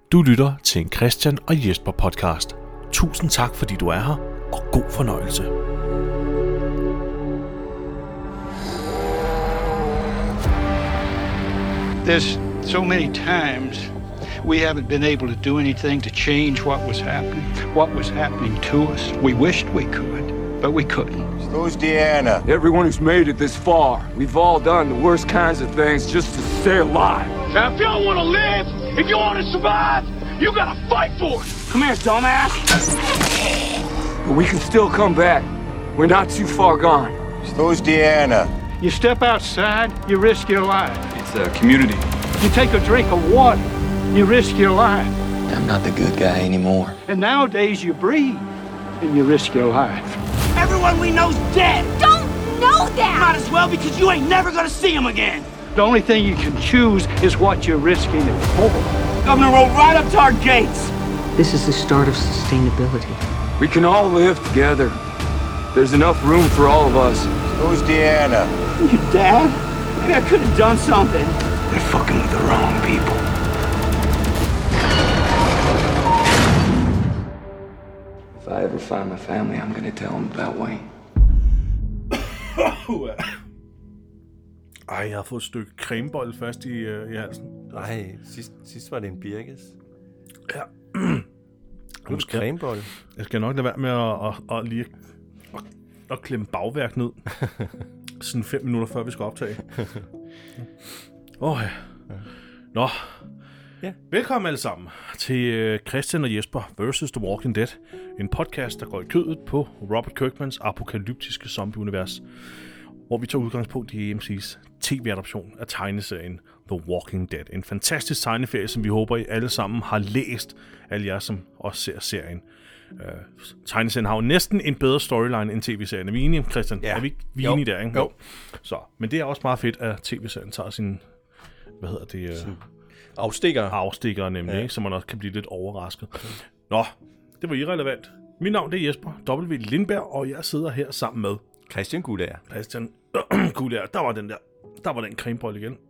Du lytter til en Christian og Jesper podcast. Tusind tak, fordi du er her, og god fornøjelse. There's so many times we haven't been able to do anything to change what was happening to us. We wished we could, but we couldn't. Who's Deanna? Everyone who's made it this far. We've all done the worst kinds of things just to stay alive. Now, if y'all want to live, if you want to survive, you gotta fight for it. Come here, dumbass. But we can still come back. We're not too far gone. Who's Deanna? You step outside, you risk your life. It's a community. You take a drink of water, you risk your life. I'm not the good guy anymore. And nowadays you breathe, and you risk your life. Everyone we know's dead. Don't know that! Might as well, because you ain't never gonna see him again. The only thing you can choose is what you're risking it for. Governor rode right up to our gates. This is the start of sustainability. We can all live together. There's enough room for all of us. Who's Deanna? Your dad? Maybe I could have done something. They're fucking with the wrong people. If I ever find my family, I'm gonna tell them about Wayne. Ej, jeg har fået et stykke cremebolle fast i halsen. Nej, sidst var det en birkes. Ja. En cremebolle. Jeg skal nok lade være med at lige at klemme bagværk ned. Sådan 5 minutter før vi skal optage. Ja. Nå. Ja. Velkommen alle sammen til Christian og Jesper vs. The Walking Dead. En podcast, der går i kødet på Robert Kirkmans apokalyptiske zombie-univers, hvor vi tager udgangspunkt i AMC's tv-adoption af tegneserien The Walking Dead. En fantastisk tegneferie, som vi håber, I alle sammen har læst, alle jer, som også ser serien. Tegneserien har jo næsten en bedre storyline end tv-serien. Er vi enige, Christian? Ja. Er vi enige der, ikke? Jo. Så, men det er også meget fedt, at tv-serien tager sin, afstikker nemlig, ja. Ikke? Så man også kan blive lidt overrasket. Nå, det var irrelevant. Mit navn det er Jesper W. Lindberg, og jeg sidder her sammen med Christian Guldager. Christian Guldager. Der var den cremebolle igen.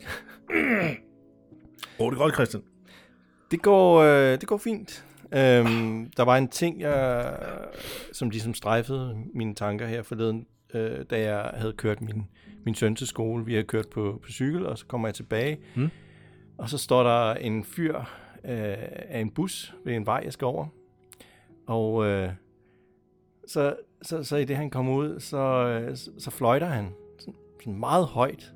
Det godt, Christian. Det går fint. Der var en ting, som ligesom strejfede mine tanker her forleden, da jeg havde kørt min søn til skole. Vi havde kørt på cykel, og så kommer jeg tilbage. Og så står der en fyr af en bus ved en vej, jeg skal over. Og så i det, han kommer ud, så fløjter han sådan meget højt.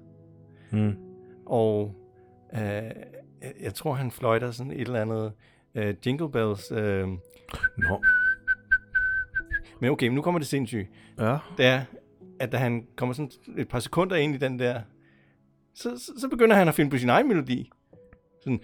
Og jeg tror, han fløjter sådan et eller andet Jingle Bells. Nå. Men okay, nu kommer det sindssygt. Ja. Det er, at da han kommer sådan et par sekunder ind i den der, så begynder han at finde på sin egen melodi. Sådan.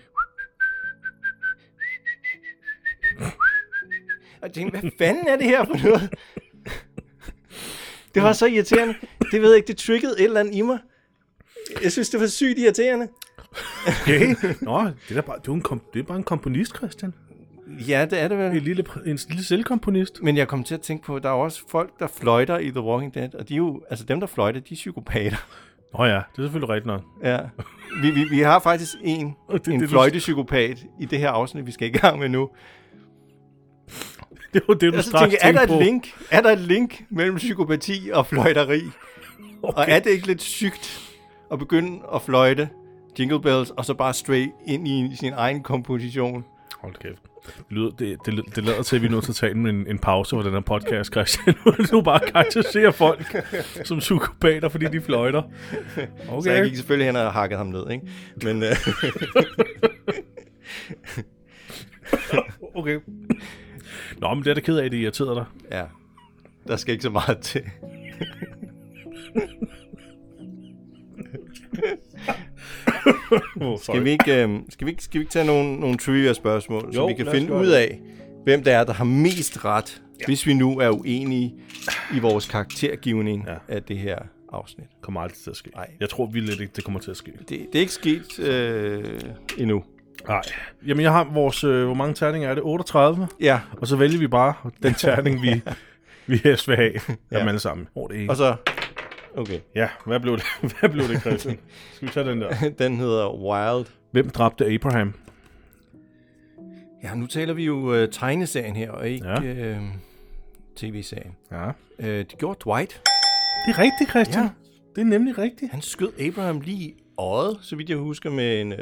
Og jeg tænkte, hvad fanden er det her for noget? Det var så irriterende. Det ved jeg ikke, det triggede et eller andet i mig. Jeg synes, det var sygt irriterende. Okay. Nå, det er bare en komponist, Christian. Ja, det er det vel. En lille selvkomponist. Men jeg kom til at tænke på, at der er også folk, der fløjter i The Walking Dead, og de er jo, altså dem, der fløjter, de er psykopater. Nå ja, det er selvfølgelig rigtigt nok. Ja. Vi har faktisk en fløjtepsykopat i det her afsnit, vi skal i gang med nu. Det var det, du straks tænkte på. Er der et link mellem psykopati og fløjteri? Okay. Og er det ikke lidt sygt at begynde at fløjte Jingle Bells, og så bare straight ind i sin egen komposition? Hold kæft. Det lader til, at vi er nødt til at tage en pause for den her podcast, Christian. Du bare karakteriserer folk som psykopater, fordi de fløjter. Okay. Så jeg gik selvfølgelig hen og hakket ham ned, ikke? Men okay. Nå, men det er da ked af, det irriterede dig. Ja, der skal ikke så meget til. Skal vi ikke tage nogle trivia-spørgsmål, så vi kan finde ud af, hvem det er, der har mest ret, hvis vi nu er uenige i vores karaktergivning af det her afsnit. Det kommer aldrig til at ske. Nej. Jeg tror vildt ikke, det kommer til at ske. Det er ikke sket endnu. Nej. Jamen, jeg har vores... hvor mange terninger er det? 38? Ja. Og så vælger vi bare den terning, vi helst vil have. Jamen alle sammen. Og så... Okay. Ja, hvad blev det, Christian? Skal vi tage den der? Den hedder Wild. Hvem dræbte Abraham? Ja, nu taler vi jo tegneserien her, og ikke tv-serien. Ja. Det gjorde Dwight. Det er rigtigt, Christian. Ja. Det er nemlig rigtigt. Han skød Abraham lige i øjet, så vidt jeg husker, med en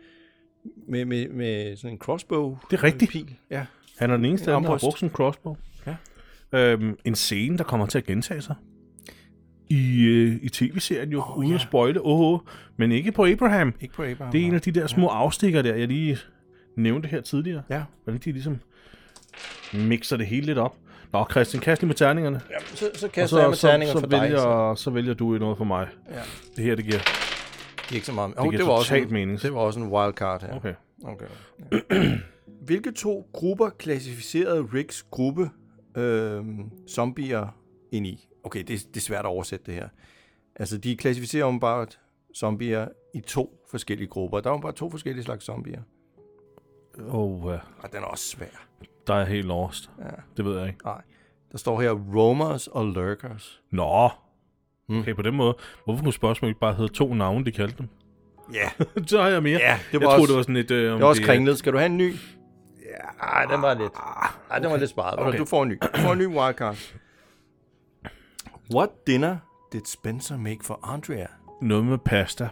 med sådan en crossbow. Det er rigtigt. Pil. Ja. Han er den eneste, der har armbrøst. brugt sådan en crossbow. Ja. En scene, der kommer til at gentage sig i tv-serien jo, uden at spoile. Men ikke på Abraham. Ikke på Abraham. Det er en af de der små afstikker der, jeg lige nævnte her tidligere. Ja. Hvordan de ligesom mixer det hele lidt op. Nå, Christian, kast lige med terningerne. Ja, så kaster jeg med terninger for dig. Så vælger du noget for mig. Ja. Det her, det giver ikke så meget. Det var også mening. Det var også en wildcard her. Okay. Ja. Hvilke to grupper klassificerede Ricks gruppe zombier ind i? Okay, det er svært at oversætte det her. Altså, de klassificerer om bare zombier i 2 forskellige grupper. Der er jo bare 2 forskellige slags zombier. Og den er også svær. Der er helt lost. Ja. Det ved jeg ikke. Nej. Der står her roamers og lurkers. Nå. Okay, på den måde. Hvorfor kunne spørgsmålet ikke bare hedde 2 navne, de kaldte dem? Ja. Så har jeg mere. Ja, jeg troede, det var sådan et... det var også kringlet. Skal du have en ny? Ja, den var lidt... Okay. Den var lidt sparet. Okay. Du får en ny. Du får en ny wildcard. What dinner did Spencer make for Andrea? Noget med pasta.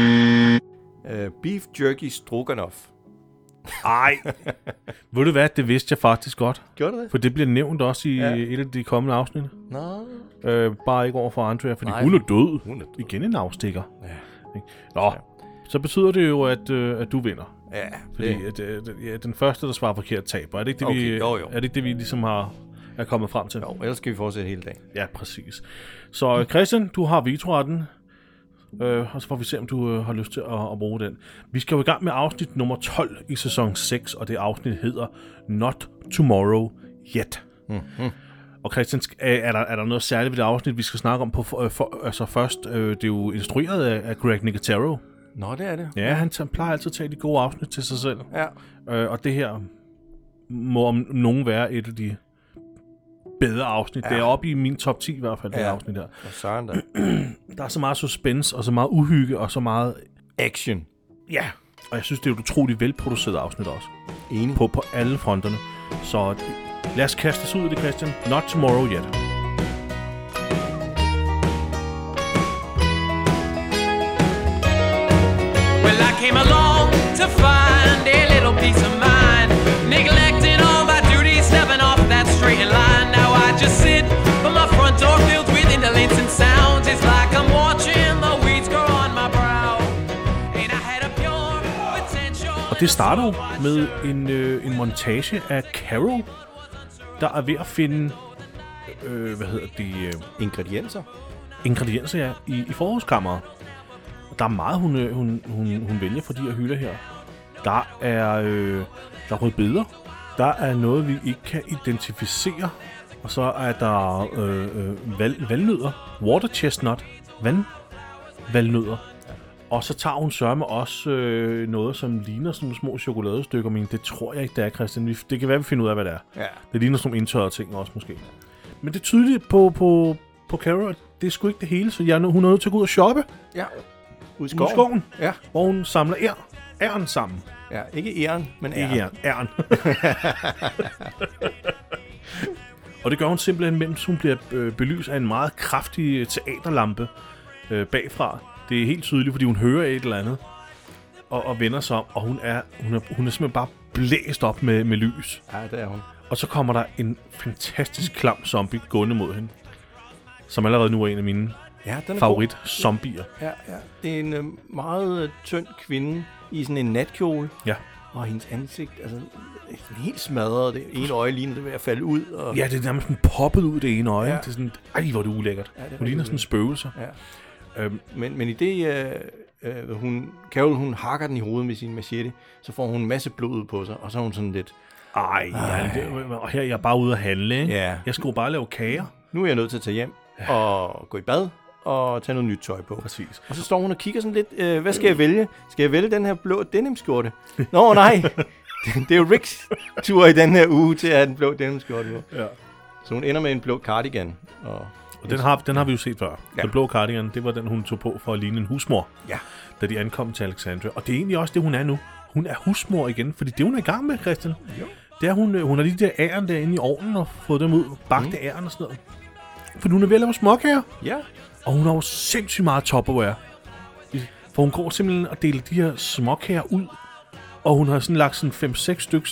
Beef jerky stroganoff. Ej. Ved du hvad, det vidste jeg faktisk godt. Gjorde du det? For det bliver nævnt også i et af de kommende afsnit. Nå. Bare ikke over for Andrea, fordi nej, hun er død. Igen en afstikker. Ja. Nå, så betyder det jo, at du vinder. Ja. Fordi den første, der svarer forkert, taber. Er det ikke det, er det ikke det, vi ligesom er kommet frem til? Jo, ellers skal vi fortsætte hele dagen. Ja, præcis. Så Christian, du har vetoretten. Og så får vi se, om du har lyst til at bruge den. Vi skal jo i gang med afsnit nummer 12 i sæson 6, og det afsnit hedder Not Tomorrow Yet. Mm-hmm. Og Christian, er der noget særligt ved det afsnit, vi skal snakke om på altså først? Det er jo instrueret af Greg Nicotero. Nå, det er det. Ja, han plejer altid at tage de gode afsnit til sig selv. Ja. Og det her må om nogen være et af de bedre afsnit. Ja. Det er oppe i min top 10 i hvert fald, det afsnit her. Der er så meget suspense, og så meget uhygge, og så meget action. Ja, og jeg synes, det er et utroligt velproduceret afsnit også. Enig. På alle fronterne. Så lad os kaste os ud i det, Christian. Not Tomorrow Yet. Well, I came along to find a little peace of mind, neglecting all my duties, stepping off that straight line. Now I just sit by my front door filled with indolence and sounds. It's like I'm watching the weeds grow on my brow. And I had a pure potential. Og det starter jo med en montage af Carol, der er ved at finde ingredienser i forrådskammeret. Der er meget, hun vælger for de her hylder her. Der er rødbeder. Der er noget, vi ikke kan identificere. Og så er der valnødder. Water chestnut. Valnødder. Og så tager hun sørme også noget, som ligner sådan små chokoladestykker. Men det tror jeg ikke, det er, Christian. Det kan være, vi finder ud af, hvad det er. Ja. Det ligner sådan nogle indtørrede ting også, måske. Men det er tydeligt på Carol, det er sgu ikke det hele, så hun er nødt til at gå ud og shoppe. Ja. Ude i skoven. Ja. Hvor hun samler æren sammen. Ja, ikke æren, men æren. Ikke æren. Og det gør hun simpelthen, mens hun bliver belyst af en meget kraftig teaterlampe bagfra. Det er helt tydeligt, fordi hun hører et eller andet og vender sig om, og hun er simpelthen bare blæst op med lys. Ja, det er hun. Og så kommer der en fantastisk klam zombie gående mod hende, som allerede nu er en af mine favorit-zombier. Ja. Det er en meget tynd kvinde i sådan en natkjole. Ja. Og hendes ansigt, altså helt smadret. Det ene øje ligner det ved at falde ud. Og... Ja, det er nærmest sådan poppet ud det ene øje. Ja. Det er sådan, hvor er det ulækkert. Ja, hun ligner sådan en spøgelse. Ja. Men i det, Carol, hun hakker den i hovedet med sin machete, så får hun en masse blod ud på sig, og så er hun sådan lidt... Og her er jeg bare ude at handle, ikke? Ja. Jeg skulle bare lave kager. Nu er jeg nødt til at tage hjem og gå i bad og tage noget nyt tøj på. Præcis. Og så står hun og kigger sådan lidt, hvad skal jeg vælge? Skal jeg vælge den her blå denimskjorte? Nå, nej! Det er jo Ricks tur i den her uge til at have den blå denimskjorte på. Ja. Så hun ender med en blå cardigan. Og den har vi jo set før. Ja. Den blå cardigan, det var den, hun tog på for at ligne en husmor, da de ankom til Alexandria. Og det er egentlig også det, hun er nu. hun er husmor igen, fordi det hun er i gang med, Christian, det er, hun har lige de der æren derinde i ovnen og fået dem ud, bagte æren og sådan noget. For hun er ved at lave småkager. Ja. Og hun har jo sindssygt meget Tupperware. For hun går simpelthen og deler de her småkager ud, og hun har sådan lagt sådan 5-6 stykker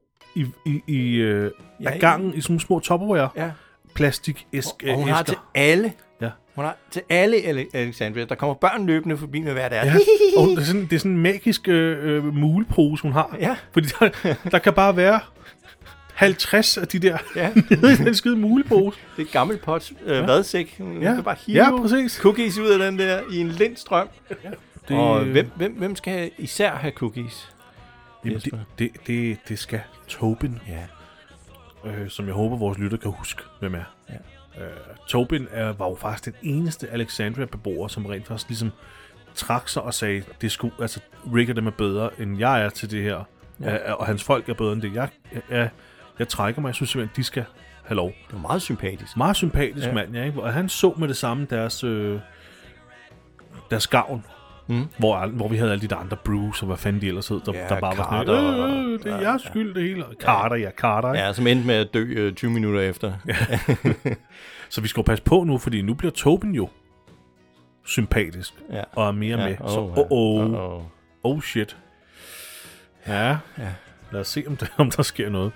af gangen i sådan små Tupperware. Ja. Plastik-æsker. Og hun har til alle. Ja. Hun har til alle Alexandria. Der kommer børn løbende forbi med hver deres. Ja. Og det er sådan en magisk mulepose, hun har. Ja. Fordi der kan bare være 50 af de der nede i den skide mulepose. Det er et gammelt pot vadsæk. Hun kan bare hive cookies ud af den der i en lindstrøm. Ja. Og hvem skal især have cookies? Jamen, det skal Tobin. Ja. Som jeg håber, vores lytter kan huske, hvem er. Ja. Tobin var jo faktisk den eneste Alexandria-beboer, som rent faktisk ligesom trak sig og sagde, Rick er dem er bedre, end jeg er til det her. Ja. Og hans folk er bedre end det. Jeg trækker mig. Jeg synes simpelthen, de skal have lov. Det var meget sympatisk. Meget sympatisk mand, ja. Ikke? Og han så med det samme deres gavn. Hvor vi havde alle de der andre Bruce, og hvad fanden de ellers hed, der bare var sådan, det er jeres skyld, det hele. Carter. Ja, som endte med at dø 20 minutter efter. Ja. Så vi skal jo passe på nu, fordi nu bliver Tobin jo sympatisk, og er mere med. Så shit. Ja. Lad os se, om der sker noget.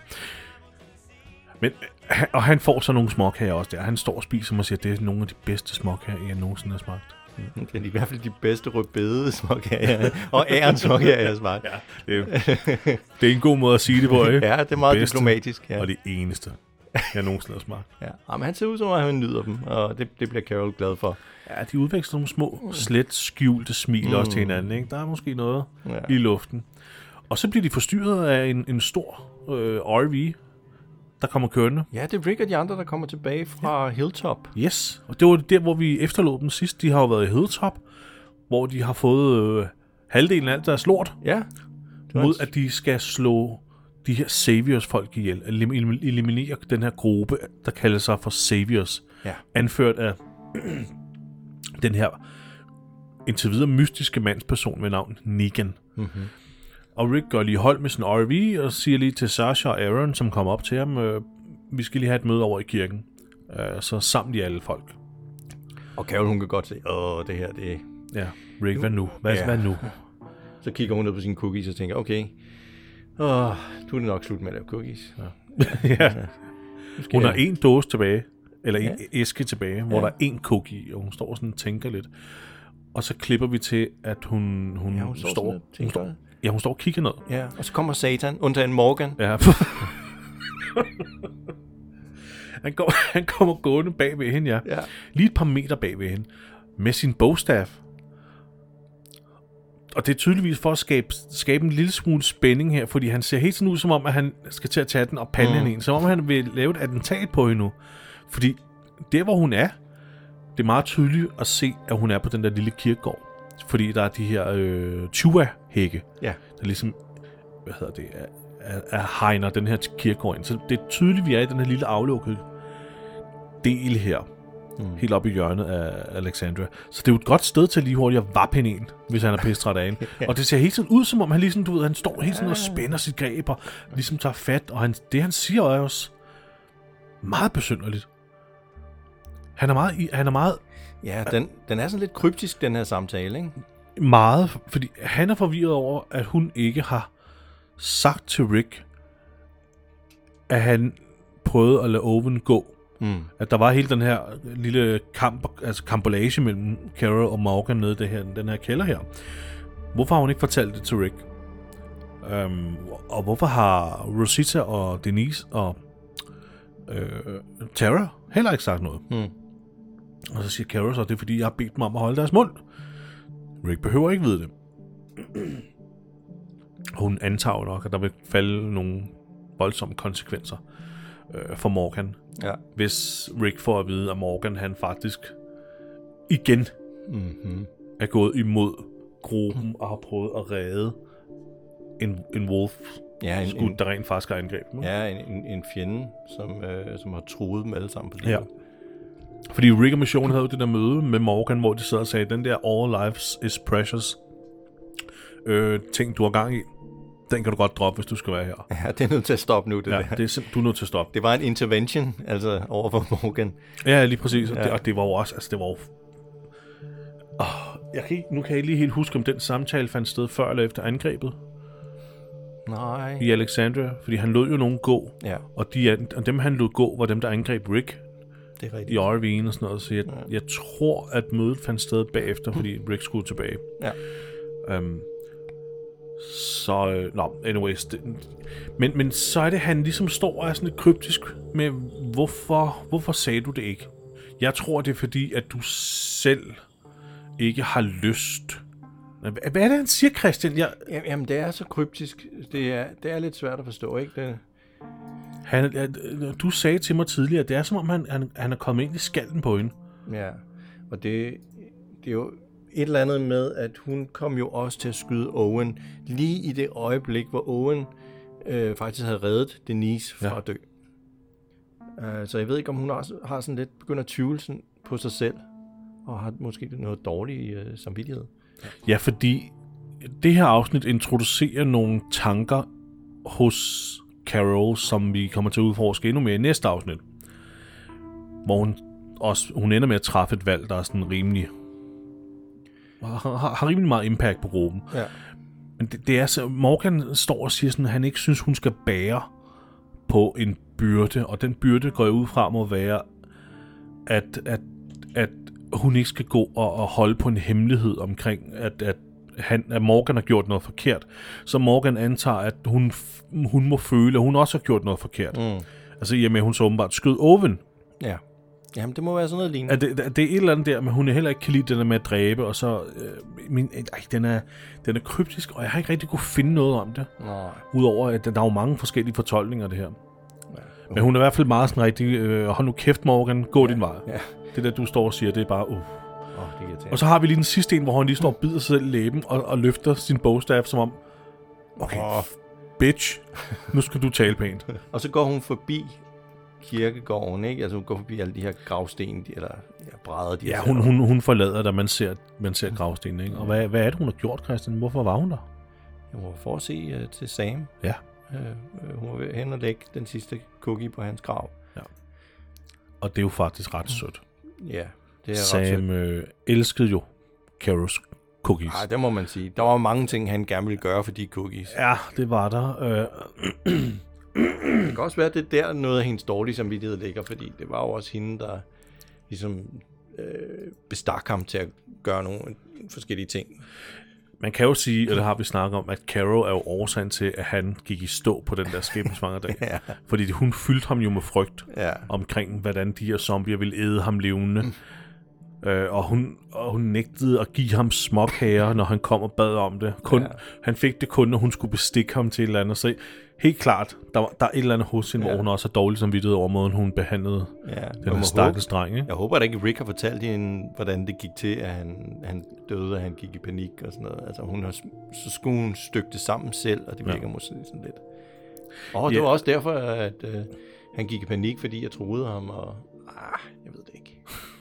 Og han får så nogle småkager også der. Han står og spiser og siger, at det er nogle af de bedste småkager, jeg nogensinde har smagt. Det er i hvert fald de bedste rødbede småkager, og ærens småkager, jeg har smagt. Ja, det er en god måde at sige det på, ikke? Ja, det er meget diplomatisk. Ja. Og det eneste, jeg nogensinde har smagt. Ja, men han ser ud som, at han nyder dem, og det bliver Carol glad for. Ja, de udveksler nogle små, slet skjulte smil også til hinanden, ikke? Der er måske noget i luften. Og så bliver de forstyrret af en stor RV, der kommer kørende. Ja, det er Rick og de andre, der kommer tilbage fra Hilltop. Yes, og det var der, hvor vi efterlod dem sidst. De har jo været i Hilltop, hvor de har fået halvdelen af alt deres lort. Ja. Mod at de skal slå de her Saviors-folk ihjel. Eliminere den her gruppe, der kalder sig for Saviors. Ja. Anført af den her indtil videre mystiske mandsperson ved navn Negan. Mm-hmm. Og Rick går lige hold med sin RV og siger lige til Sasha og Aaron, som kommer op til ham, vi skal lige have et møde over i kirken. Så sammen de alle folk. Og Carol, hun kan godt se, det her, det... Ja, Rick, hvad nu? Hvad nu? Så kigger hun ned på sine cookies og tænker, okay, nu er det nok slut med at lave cookies. Ja. Hun har en dåse tilbage, eller en æske tilbage, hvor der er en cookie, og hun står sådan og tænker lidt. Og så klipper vi til, at hun står og kigger ned. Ja, og så kommer Satan, undtagen Morgan. Ja. han kommer gående bag ved hende, ja. Lige et par meter bag ved hende, med sin bogstaff. Og det er tydeligvis for at skabe en lille smule spænding her, fordi han ser helt sådan ud, som om, at han skal til at tage den og pande hende, som om han vil lave et attentat på hende nu. Fordi der, hvor hun er, det er meget tydeligt at se, at hun er på den der lille kirkegård. Fordi der er de her chua-hække, der ligesom, hegner den her kirkegård ind. Så det er tydeligt, at vi er i den her lille aflukkede del her. Helt oppe i hjørnet af Alexandria. Så det er jo et godt sted til lige hurtigt at vappe hende en, hvis han er pistret af hende. Og det ser hele tiden ud, som om han ligesom, du ved, han står hele tiden og spænder sit greb og ligesom tager fat. Og det han siger er også meget besynderligt. Han er meget... Ja, den er sådan lidt kryptisk, den her samtale, ikke? Meget, fordi han er forvirret over, at hun ikke har sagt til Rick, at han prøvede at lade Owen gå. At der var hele den her lille kampolage mellem Carol og Morgan nede i den her kælder her. Hvorfor har hun ikke fortalt det til Rick? Og hvorfor har Rosita og Denise og Tara heller ikke sagt noget? Og så siger Carol så, det er fordi, jeg har bedt dem om at holde deres mund. Rick behøver ikke vide det. Hun antager nok, at der vil falde nogle voldsomme konsekvenser for Morgan. Ja. Hvis Rick får at vide, at Morgan han faktisk igen er gået imod gruppen og har prøvet at redde en wolf, der rent faktisk har angrebet dem. Ja, en fjende, som har truet dem alle sammen på livet. Ja. Fordi Rick og Mission havde jo det der møde med Morgan, hvor de sad og sagde, den der all lives is precious ting, du har gang i, Den kan du godt droppe, hvis du skal være her. Ja, det er nødt til at stoppe nu, det Ja, der. du er nødt til at stoppe. Det var en intervention, altså over for Morgan. Ja, lige præcis. Ja. Og det var jo også, altså det var jo... Nu kan jeg ikke lige helt huske, om den samtale fandt sted før eller efter angrebet Nej. i Alexandria, fordi han lod jo nogen gå, Ja, og dem han lod gå, var dem, der angreb Rick det er rigtigt. i RV'en og sådan noget, så jeg tror, at mødet fandt sted bagefter, fordi Rick skulle tilbage. Ja. Anyways. Men så er det, han ligesom står og er sådan lidt kryptisk med, hvorfor sagde du det ikke? Jeg tror, det er fordi, at du selv ikke har lyst. Hvad er det, han siger, Christian? Jamen, det er så kryptisk. Det er lidt svært at forstå, ikke? Du sagde til mig tidligere, at det er som om, han er kommet ind i skallen på hende. Ja, og det er jo et eller andet med, at hun kom jo også til at skyde Owen lige i det øjeblik, hvor Owen faktisk havde reddet Denise fra at dø. Så jeg ved ikke, om hun også har sådan lidt begyndt at tvivle på sig selv, og har måske noget dårlig samvittighed. Ja, fordi det her afsnit introducerer nogle tanker hos Carol, som vi kommer til at udforske endnu mere i næste afsnit. Hvor hun ender med at træffe et valg, der er sådan rimelig... har rimelig meget impact på gruppen. Ja. Men det er så... Morgan står og siger sådan, at han ikke synes, hun skal bære på en byrde, og den byrde går jeg ud fra må være, at hun ikke skal gå og holde på en hemmelighed omkring, at Morgan har gjort noget forkert. Så Morgan antager, at hun må føle, at hun også har gjort noget forkert. Altså i og med, at hun så åbenbart skød Owen. Ja. Jamen, det må være sådan noget lignende. Det er et eller andet der, men hun er heller ikke kan lide den der med at dræbe, og så... den er kryptisk, og jeg har ikke rigtig kunne finde noget om det. Nej. Udover, at der er jo mange forskellige fortolkninger af det her. Ja. Men hun er i hvert fald meget sådan rigtig... hold nu kæft, Morgan, gå din vej. Ja. Det der, du står og siger, det er bare... Og så har vi lige den sidste en, hvor han lige står og bider sig selv i læben og løfter sin bogstav, som om... Okay, bitch, nu skal du tale pænt. Og så går hun forbi kirkegården, ikke? Altså hun går forbi alle de her gravsten, eller brædder. Ja, hun forlader, da man ser gravsten, ikke? Og hvad er det, hun har gjort, Christian? Hvorfor var hun der? Hun var for at se til Sam. Ja. Hun var hen og lægge den sidste cookie på hans grav. Ja. Og det er jo faktisk ret sødt. Ja, det er Sam ret sødt. Elskede jo Carols cookies. Nej, det må man sige. Der var mange ting, han gerne ville gøre for de cookies. Ja, det var der. Det kan også være, at det der noget af hendes dårlige samvittighed ligger, fordi det var jo også hende, der ligesom bestak ham til at gøre nogle forskellige ting. Man kan jo sige, og det har vi snakket om, at Carol er jo årsagen til, at han gik i stå på den der skæbnesvangerdag. Ja. Fordi hun fyldte ham jo med frygt omkring, hvordan de her zombier ville æde ham levende. Og hun nægtede at give ham småkager, når han kom og bad om det. Han fik det kun, når hun skulle bestikke ham til et eller andet. Så helt klart, der er et eller andet hos hende, hvor hun også er dårlig samvittighed over måden, hun behandlede den her stakkels dreng. Ikke? Jeg håber da ikke, Rick har fortalt hende, hvordan det gik til, at han døde, og han gik i panik og sådan noget. Altså så skulle hun stykke det sammen selv, og det virker måske sådan lidt. Det var også derfor, at han gik i panik, fordi jeg troede ham, og jeg ved det ikke.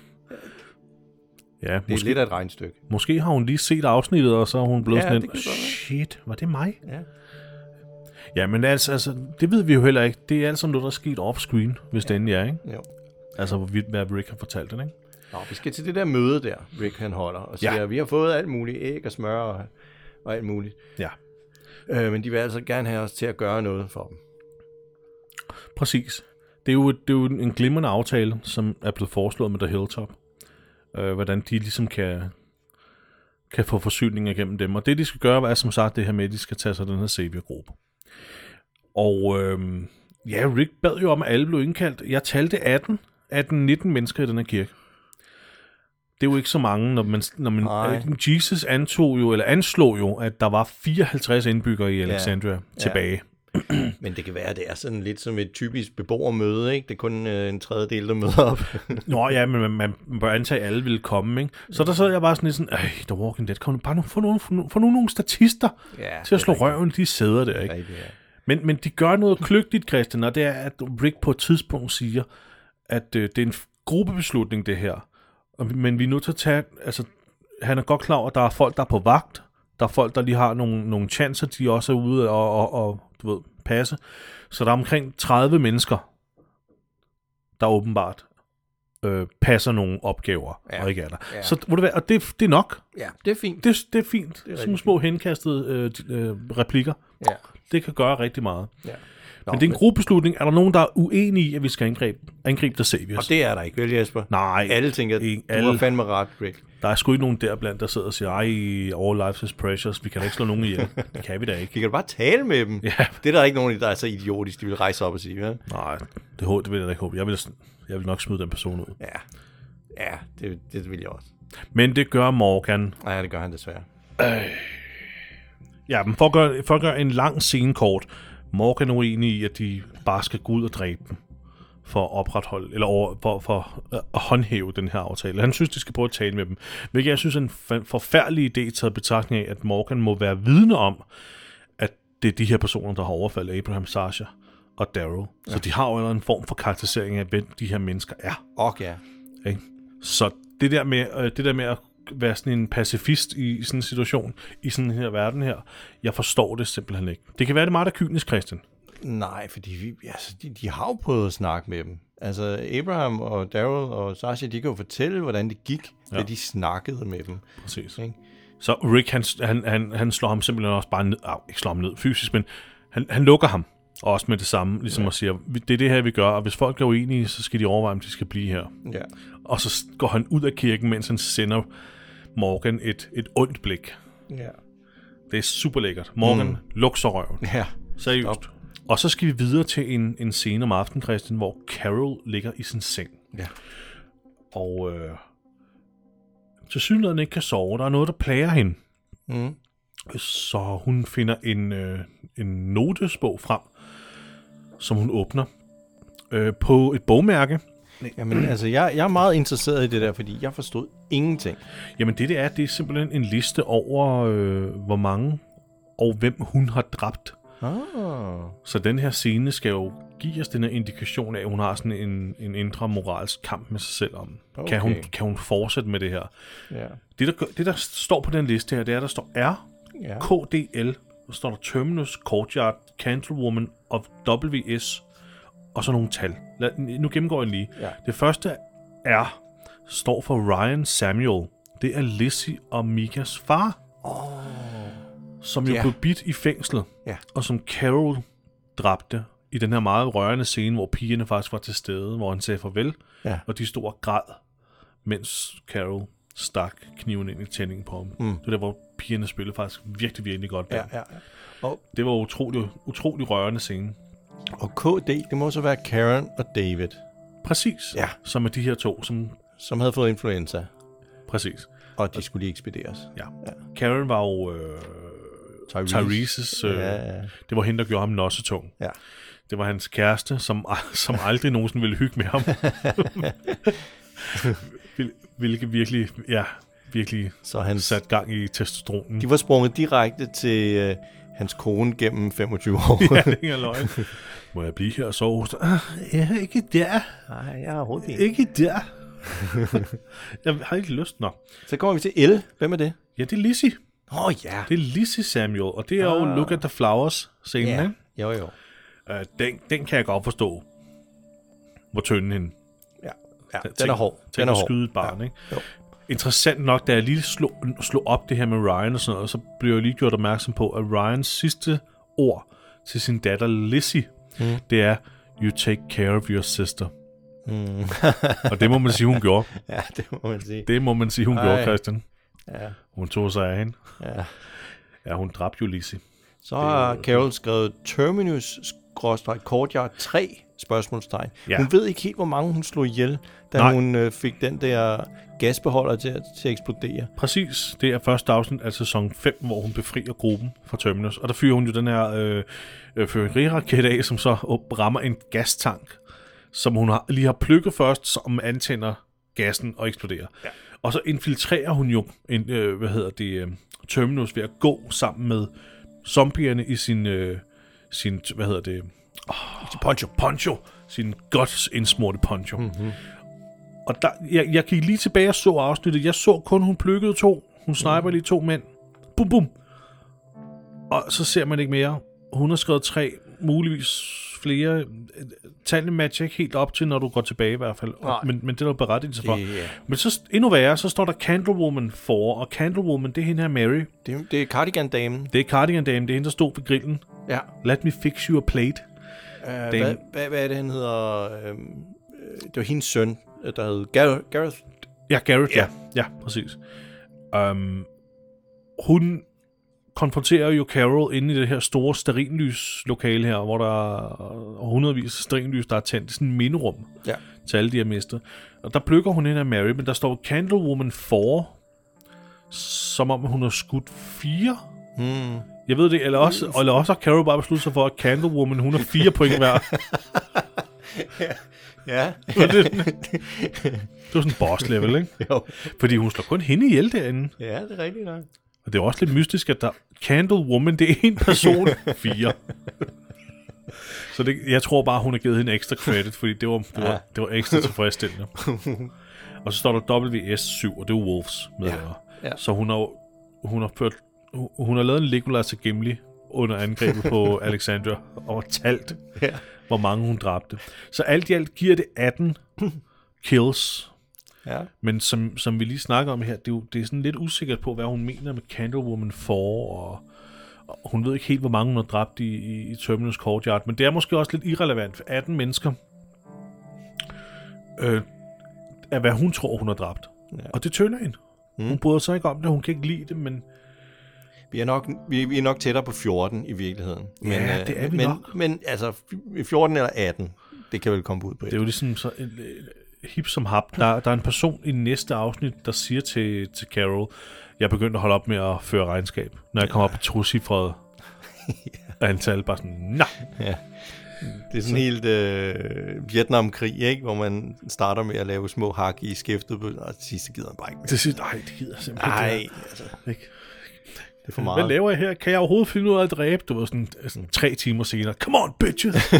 Ja, det er lidt af et regnstykke. Måske har hun lige set afsnittet, og så er hun blevet sådan lidt, shit, var det mig? Ja. Ja, men altså, det ved vi jo heller ikke. Det er altså noget, der er sket off-screen, hvis det endelig er, ikke? Jo. Altså, hvad Rick har fortalt den, ikke? Nå, vi skal til det der møde der, Rick han holder, og siger, vi har fået alt muligt, æg og smør og alt muligt. Ja. Men de vil altså gerne have os til at gøre noget for dem. Præcis. Det er jo en glimrende aftale, som er blevet foreslået med The Hilltop. Hvordan de ligesom kan få forsyninger gennem dem. Og det, de skal gøre, er som sagt det her med, at de skal tage sig den her Savior-gruppe. Og Rick bad jo om, at alle blev indkaldt. Jeg talte 18-19 mennesker i den her kirke. Det er jo ikke så mange, når man Jesus anslog jo, at der var 54 indbyggere i Alexandria tilbage. Men det kan være, at det er sådan lidt som et typisk beboermøde, ikke? Det er kun en tredjedel, der møder op. Nå ja, men man bør antage, at alle ville komme, ikke? Så der sad jeg bare sådan lidt sådan, The Walking Dead, kom bare få nogle statister til at slå røven, de sæder der, ikke? Men de gør noget kløgtigt, Christian, og det er, at Rick på et tidspunkt siger, at det er en gruppebeslutning, det her. Men vi er nødt til at tage, altså, han er godt klar over, at der er folk, der er på vagt, Der er folk, der lige har nogle chancer, de også er ude og du ved, passe. Så der er omkring 30 mennesker, der åbenbart passer nogle opgaver, og ikke er der. Ja. Så og det er nok. Ja, det er fint. Det er fint. Det er sådan små henkastede replikker. Ja. Det kan gøre rigtig meget. Ja. Men det er en gruppeslutning. Er der nogen, der er uenige i, at vi skal angribe der Saviors? Og det er der ikke, vel Jesper? Nej. Alle tænker, du har fandme ret, Rick. Der er sgu ikke nogen derblandt, der sidder og siger, all life is precious, vi kan da ikke slå nogen ihjel. Det kan vi da ikke. Vi kan bare tale med dem. Ja. Det er der ikke nogen, der er så idiotisk, de vil rejse op og sige. Ja? Nej, det vil jeg da ikke håbe. Jeg vil nok smide den person ud. Ja, det vil jeg også. Men det gør Morgan. Nej, det gør han desværre. Ja, men for at gøre en lang scene kort, Morgan er uenig i, at de bare skal gå ud og dræbe dem for at opretholde, eller for at håndhæve den her aftale. Han synes, de skal prøve at tale med dem. Hvilket jeg synes er en forfærdelig idé taget betragtning af, at Morgan må være vidne om, at det er de her personer, der har overfaldet Abraham, Sasha og Daryl. Ja. Så de har jo en form for karakterisering af, hvem de her mennesker er. Okay. Okay? Så det der med at være sådan en pacifist i sådan en situation, i sådan her verden her, jeg forstår det simpelthen ikke. Det kan være, det meget af kynisk, Christian. Nej, fordi de har jo prøvet at snakke med dem. Altså, Abraham og Daryl og Sasha, de kan jo fortælle, hvordan det gik, da de snakkede med dem. Præcis. Okay? Så Rick, han slår ham simpelthen også bare ned, ikke slår ham ned fysisk, men han lukker ham også med det samme, ligesom at sige, det er det her, vi gør, og hvis folk er uenige, så skal de overveje, om de skal blive her. Ja. Og så går han ud af kirken, mens han sender Morgan et ondt blik. Ja. Det er super lækkert. Morgan lukser røven. Ja. Seriøst. Stop. Og så skal vi videre til en scene om aftenen, Christian, hvor Carol ligger i sin seng. Ja. Og tilsyneladende ikke kan sove. Der er noget, der plager hende. Mm. Så hun finder en notesbog frem, som hun åbner på et bogmærke. Jamen, altså, jeg er meget interesseret i det der, fordi jeg forstod ingenting. Jamen, det er simpelthen en liste over, hvor mange og hvem hun har dræbt. Så den her scene skal jo give os den her indikation af, at hun har sådan en indre moralsk kamp med sig selv om. Okay. Kan hun fortsætte med det her? Ja. Det, der står på den liste her, det er, der står R, KDL, der står der Terminus, Courtyard, Candlewoman og WS, og så nogle tal. Nu gennemgår jeg lige. Ja. Det første R står for Ryan Samuel. Det er Lizzie og Mikas far. Som jo blev bidt i fængslet, og som Carol dræbte i den her meget rørende scene, hvor pigerne faktisk var til stede, hvor han sagde farvel, og de stod og græd, mens Carol stak kniven ind i tændingen på ham. Det var der, hvor pigerne spillede faktisk virkelig, virkelig godt der. Ja. Og det var utrolig rørende scene. Og KD, det må så være Karen og David. Præcis. Ja. Som er de her to, som havde fået influenza. Præcis. Og de skulle lige ekspederes. Ja. Karen var jo Tyrese's, det var hende, der gjorde ham nossetung. Ja. Det var hans kæreste, som aldrig nogensinde ville hygge med ham. Hvilket virkelig så han sat gang i testosteronen. De var sprunget direkte til hans kone gennem 25 år. Ja, det er ikke løgn. Må jeg blive her og sove hos dig? Ja, ikke der. Nej, jeg har overhovedet ikke der. Jeg har ikke lyst. Nå. Så kommer vi til L. Hvem er det? Ja, det er Lizzie. Ja. Det er Lizzie Samuel, og det er jo Look at the Flowers-scenen, ikke? Jo. Den kan jeg godt forstå, hvor tynden hende. Ja, den er hård. Den er skyde et barn, ikke? Jo. Interessant nok, da jeg lige slog op det her med Ryan og sådan noget, så blev jeg lige gjort opmærksom på, at Ryans sidste ord til sin datter Lizzie, det er, you take care of your sister. Og det må man sige, hun gjorde. Ja, det må man sige. Det må man sige, hun gjorde, Christian. Ja. Hun tog sig af hende. Ja, hun dræbte jo Lizzie. Så har Carol skrevet Terminus-Courtyard 3 spørgsmålstegn. Ja. Hun ved ikke helt, hvor mange hun slog ihjel, da hun fik den der gasbeholder til at eksplodere. Præcis. Det er første afsnit af sæson 5, hvor hun befrier gruppen fra Terminus. Og der fyrer hun jo den her fyrværkeri-raket af, som så rammer en gastank, som hun lige har plukket først, som antænder gassen og eksploderer. Ja. Og så infiltrerer hun jo Terminus ved at gå sammen med zombierne i sin poncho. Sin godt indsmurte poncho. Mm-hmm. Og jeg gik lige tilbage og så afsnittet. Jeg så kun, hun plukkede 2. Hun sniper lige 2 mænd. Bum, bum. Og så ser man ikke mere. Hun har skrevet 3, muligvis flere. Tallene matcher ikke helt op til, når du går tilbage i hvert fald. Men det er der berettigt sig for. Men så endnu værre, så står der Candlewoman 4, og Candlewoman, det er hende her Mary. Det er Cardigan-damen. Det er Cardigan-damen, det er hende, der stod ved grillen. Ja. Let me fix you a plate. Hvad er det, han hedder? Det var hendes søn, der hed Gareth. Ja, Gareth, ja, præcis. Hun konfronterer jo Carol inde i det her store stearinlyslokale her, hvor der er hundredvis af stearinlys, der er tændt i sådan en minderum til alle de her mistet. Og der plukker hun ind af Mary, men der står Candlewoman 4, som om hun har skudt 4. Jeg ved det, eller også har Carol bare besluttet sig for, at Candlewoman, hun har 4 point hver. Ja. Det var sådan en boss-level, ikke? Jo. Fordi hun slår kun hende ihjel derinde. Ja, det er rigtigt nok. Og det er også lidt mystisk, at der Candlewoman, det er en person 4. Så jeg tror bare, hun har givet hende ekstra credit, fordi det var ekstra tilfredsstillende. Og så står der WS7, og det er Wolves med her. Ja. Så hun har lavet en Legolas af Gimli under angrebet på Alexandria, og talt, hvor mange hun dræbte. Så alt i alt giver det 18 kills. Ja. Men som vi lige snakker om her, det er sådan lidt usikkert på, hvad hun mener med Candlewoman 4, og hun ved ikke helt, hvor mange hun har dræbt i Terminus Courtyard, men det er måske også lidt irrelevant, for 18 mennesker er, hvad hun tror, hun har dræbt. Ja. Og det tønder hende. Hun bryder sig ikke om det, hun kan ikke lide det, men... Vi er nok tættere på 14 i virkeligheden. Men, ja, det er vi nok. Men altså, 14 eller 18, det kan vel komme ud på. Det er jo ligesom så... hip som hap. Der er en person i næste afsnit, der siger til Carol, jeg er begyndt at holde op med at føre regnskab. Når jeg kommer op på tocifret antal, bare sådan, nej. Ja. Det er sådan helt Vietnamkrig, ikke? Hvor man starter med at lave små hak i skæftet, og til sidst gider man bare ikke. Til sidst, det gider jeg simpelthen ikke. Altså, ikke. Det er for meget. Hvad laver jeg her? Kan jeg overhovedet finde ud af at dræbe? Du var sådan 3 timer senere. Come on, bitches!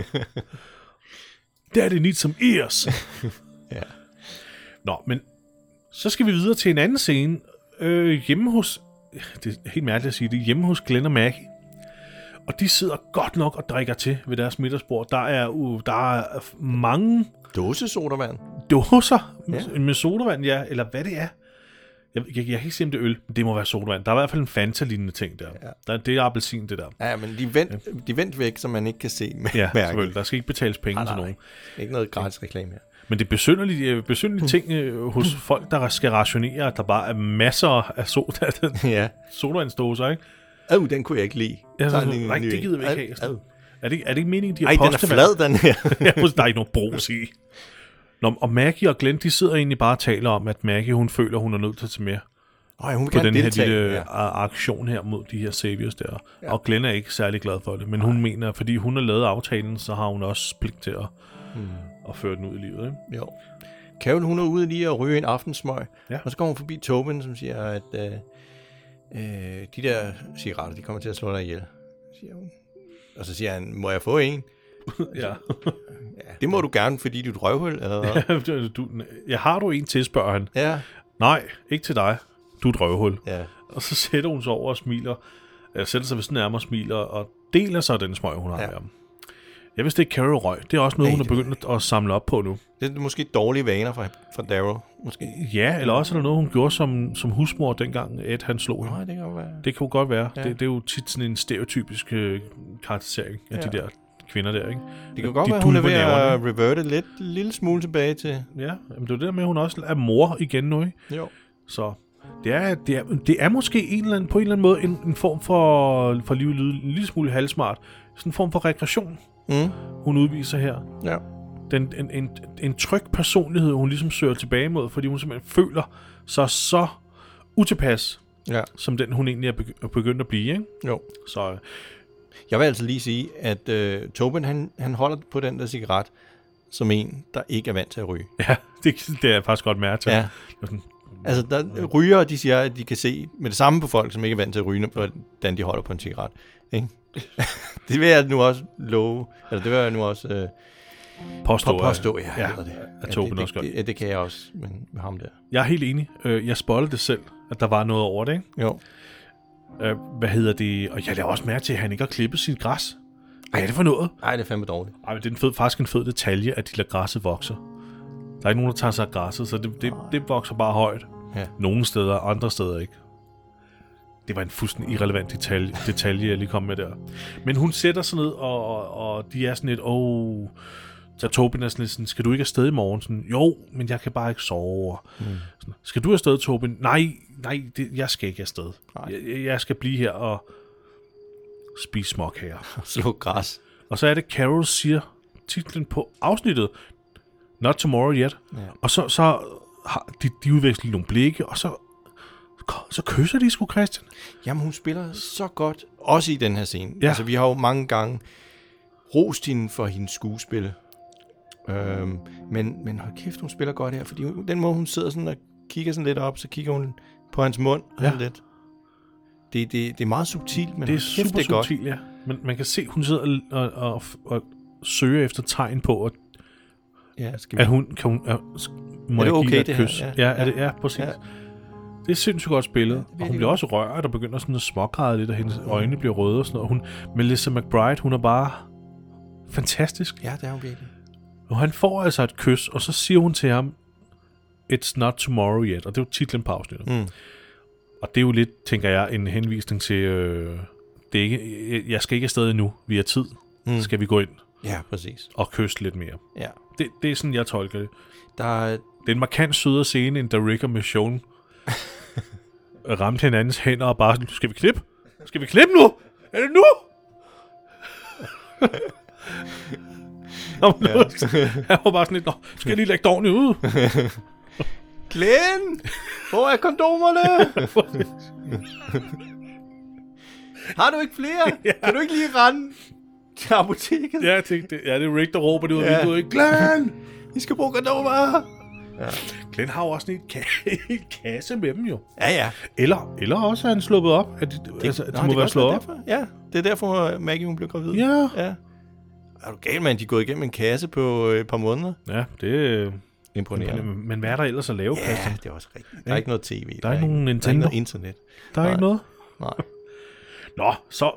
Daddy needs some ears. Ja. Nå, men så skal vi videre til en anden scene. Hjemme hos... Det er helt mærkeligt at sige det. Hjemme hos Glenn og Maggie. Og de sidder godt nok og drikker til ved deres middagsbord. Der er mange... Dåsesodavand. Dåser med sodavand, ja. Eller hvad det er. Jeg kan ikke sige, om det er øl, men det må være sodavand. Der er i hvert fald en Fanta-lignende ting der. Ja. Det er appelsin, det der. Ja, men de vendt væk, så man ikke kan se med ja, selvfølgelig. Der skal ikke betales penge til nogen. Ikke noget gratis reklame her. Men det er besynderlige ting hos folk, der skal rationere, at der bare er masser af sodavandsdåser, ikke? Den kunne jeg ikke lide. Nej, det gider vi ikke have. Er det ikke meningen, de har postevand? Den er flad, den her. Der er ikke noget brus i. Og Maggie og Glenn, de sidder egentlig bare og taler om, at Maggie, hun føler, hun er nødt til at tage med hun på den her lille aktion her mod de her saviors der. Ja. Og Glenn er ikke særlig glad for det, men hun mener, fordi hun har lavet aftalen, så har hun også pligt til at føre den ud i livet. Ikke? Jo. Carol, hun er ude lige at ryge en aftensmøg, og så går hun forbi Tobin, som siger, at de der cigaretter, de kommer til at slå dig ihjel, siger hun. Og så siger han, må jeg få en? Ja. Det må du gerne, fordi du er et røvhul, eller har du en til, spørger han. Ja. Nej, ikke til dig. Du er et røvhul. Ja. Og så sætter hun sig over og smiler. Sætter sig ved sådan nærmere og smiler, og deler sig den smøg, hun har med ham. Jeg vidste ikke, Carol røg. Det er også noget, hun er begyndt at samle op på nu. Det er måske dårlige vaner fra Daryl, måske. Ja, eller også er der noget, hun gjorde som husmor dengang, Ed han slog hende. Det kan jo være. Det kan jo godt være. Ja. Det er jo tit sådan en stereotypisk karakterisering af de der kvinder der, ikke? Det kan godt være, hun er ved at reverte lidt lille smule tilbage til... Ja, men det er det der med, at hun også er mor igen nu, ikke? Jo. Så det er måske på en eller anden måde en form for livet en lille smule halvsmart. Sådan en form for regression, hun udviser her. Ja. En tryg personlighed, hun ligesom søger tilbage mod, fordi hun simpelthen føler sig så utilpas, som den hun egentlig er begyndt at blive, ikke? Jo. Så... Jeg vil altså lige sige, at Tobin, han holder på den der cigaret som en, der ikke er vant til at ryge. Ja, det er faktisk godt mærke til. Ja. Altså, der ryger, de siger, at de kan se med det samme på folk, som ikke er vant til at ryge, hvordan de holder på en cigaret. Ikke? Det vil jeg nu også love, eller det vil jeg nu også påstå, ja. At Tobin også godt. Ja, det kan jeg også, men med ham der. Jeg er helt enig. Jeg spoilede det selv, at der var noget over det, ikke? Jo. Hvad hedder det? Og jeg lader også mærke til, at han ikke har klippet sit græs. Hvad er det for noget? Nej, det er fandme dårligt. Ej, men det er faktisk en fed detalje, at de lader græsset vokse. Der er ikke nogen, der tager sig af græsset, så det vokser bare højt. Ja. Nogle steder, andre steder ikke. Det var en fuldstændig irrelevant detalje, jeg lige kom med der. Men hun sætter sig ned, og de er sådan lidt, så Tobin er sådan, skal du ikke afsted i morgen? Sådan, jo, men jeg kan bare ikke sove. Sådan, skal du afsted, Tobin? Nej, jeg skal ikke afsted. Jeg skal blive her og spise småkager. Slå græs. Og så er det, Carol siger titlen på afsnittet, Not Tomorrow Yet. Ja. Og så har de udvekslet nogle blikke, og så kysser de sgu, Christian. Jamen, hun spiller så godt, også i den her scene. Ja. Altså, vi har jo mange gange rost hende for hendes skuespil. Men hold kæft, hun spiller godt her, fordi den måde, hun sidder sådan og kigger sådan lidt op, så kigger hun på hans mund. Ja. Lidt. Det er meget subtilt, men det er super subtilt, ja. Men man kan se, hun sidder og søger efter tegn på, at hun må er det okay, det kys. Ja, præcis. Ja. Det er sindssygt godt spillet. Ja, og hun bliver også rørt og begynder sådan at smågræde lidt, og hendes øjne bliver røde og sådan noget. Melissa McBride, hun er bare fantastisk. Ja, det er hun virkelig. Og han får altså et kys, og så siger hun til ham, It's not tomorrow yet. Og det er jo titlen på afsnittet. Og det er jo lidt, tænker jeg, en henvisning til, det er ikke, jeg skal ikke afsted endnu. Vi har tid. Skal vi gå ind? Ja, præcis. Og kysse lidt mere. Ja. Det er sådan, jeg tolker det. Det er en markant sødere scene, end da Rick og Michonne ramte hinandens hænder og bare, skal vi klippe? Skal vi klippe nu? Er det nu? Han var bare sådan lidt, skal jeg lige lægge det ordentligt ud? Glenn! Hvor er kondomerne? Har du ikke flere? Ja. Kan du ikke lige rende til apoteket? Ja, det er Rick, der råber det ud af vinduet. Glenn! I skal bruge kondomer! Ja. Glenn har jo også en kasse med dem jo. Ja. Eller også er han sluppet op. At de må være slået op. Ja, det er derfor Maggie hun blev gravid. Ja. Er du gal, mand? De er gået igennem en kasse på et par måneder. Ja, det er imponerende. Men hvad er der ellers at lave, Christian? Ja, det er også rigtigt. Der er ikke noget tv. Der er ikke nogen Nintendo. Der er ikke noget internet. Der er ikke noget? Nej. Nå,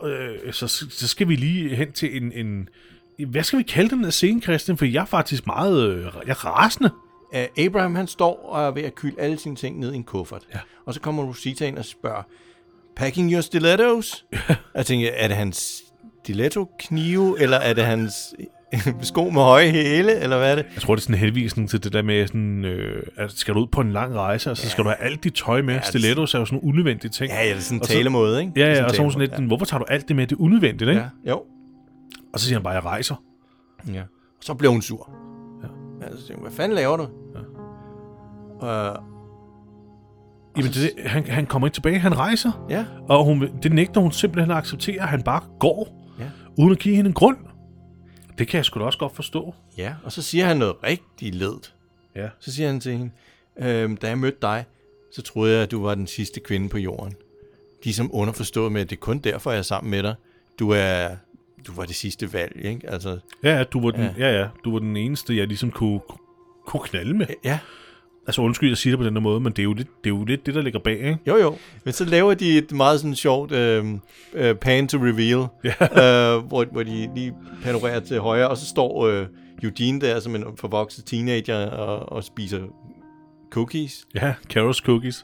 så skal vi lige hen til en hvad skal vi kalde den her scene, Christian? For jeg er faktisk meget jeg er rasende. Abraham, han står og er ved at kylde alle sine ting ned i en kuffert. Ja. Og så kommer Rosita ind og spørger, packing your stilettos? Jeg tænker, er det hans stiletto-knive, eller er det hans sko med høje hæle, eller hvad er det? Jeg tror, det er sådan en henvisning til det der med, sådan, skal du ud på en lang rejse, og så skal du have alt dit tøj med. Stilettos er jo sådan en unødvendig ting. Ja, det er sådan en talemåde, ikke? Ja, og så sådan lidt, hvorfor tager du alt det med? Det er unødvendigt, ikke? Ja, jo. Og så siger han bare, jeg rejser. Ja. Og så bliver hun sur. Ja. Så siger hun, hvad fanden laver du? Ja. Jamen, han kommer ikke tilbage, han rejser. Ja. Og det nægter hun simpelthen at acceptere, at han bare går, uden at give hende en grund. Det kan jeg sgu da også godt forstå. Ja, og så siger han noget rigtig ledt. Ja. Så siger han til hende, da jeg mødte dig, så troede jeg, at du var den sidste kvinde på jorden. De som underforstået med, at det er kun derfor, jeg er sammen med dig. Du var det sidste valg, ikke? Altså, ja, du var den eneste, jeg ligesom kunne knalde med. Ja. Altså undskyld, jeg siger det på den der måde, men det er jo lidt det, der ligger bag, ikke? Jo. Men så laver de et meget sådan sjovt pan to reveal, hvor de lige panorerer til højre, og så står Eugene der som en forvokset teenager og spiser cookies. Ja, Carols cookies.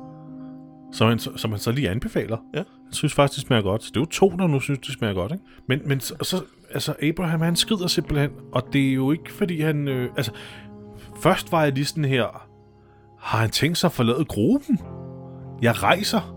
Som han så lige anbefaler. Ja. Han synes faktisk, det smager godt. Det er jo 2, der nu synes, det smager godt, ikke? Men så, altså Abraham, han skrider simpelthen, og det er jo ikke, fordi han... Først var jeg lige sådan her, har han tænkt sig at forlade gruppen? Jeg rejser.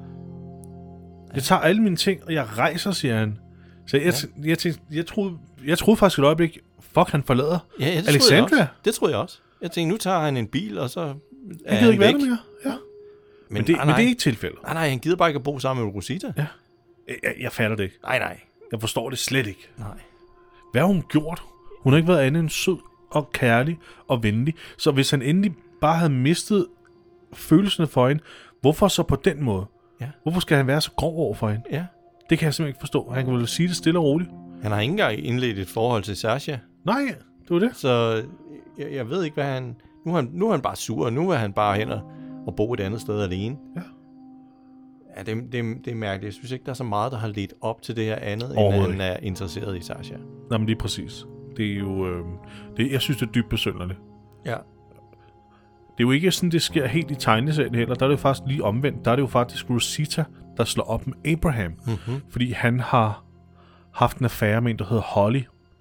Jeg tager alle mine ting, og jeg rejser, siger han. Så jeg troede faktisk et øjeblik, fuck, han forlader Alexandria. Det troede jeg også. Jeg tænkte, nu tager han en bil, og så han gider ikke være der mere. Ja. Men det er ikke tilfældet. Nej, han gider bare ikke at bo sammen med Rosita. Ja. Jeg fatter det ikke. Nej. Jeg forstår det slet ikke. Nej. Hvad har hun gjort? Hun har ikke været andet end sød og kærlig og venlig. Så hvis han endelig bare havde mistet følelserne for hende, hvorfor så på den måde? Ja. Hvorfor skal han være så grov over for hende? Ja. Det kan jeg simpelthen ikke forstå. Han kan vel sige det stille og roligt. Han har ikke engang indledt et forhold til Sasha. Nej, det var det. Så jeg ved ikke, hvad han... Nu er han bare sur, og nu er han bare hen og bo et andet sted alene. Ja. Ja, det er mærkeligt. Jeg synes ikke, der er så meget, der har ledt op til det her andet, end han er interesseret i Sasha. Jamen lige præcis. Det er jo... jeg synes, det er dybt besynderligt. Ja. Det er jo ikke sådan, det sker helt i tegneserien heller. Der er det jo faktisk lige omvendt. Der er det jo faktisk Rosita, der slår op med Abraham. Mm-hmm. Fordi han har haft en affære med en, der hedder Holly.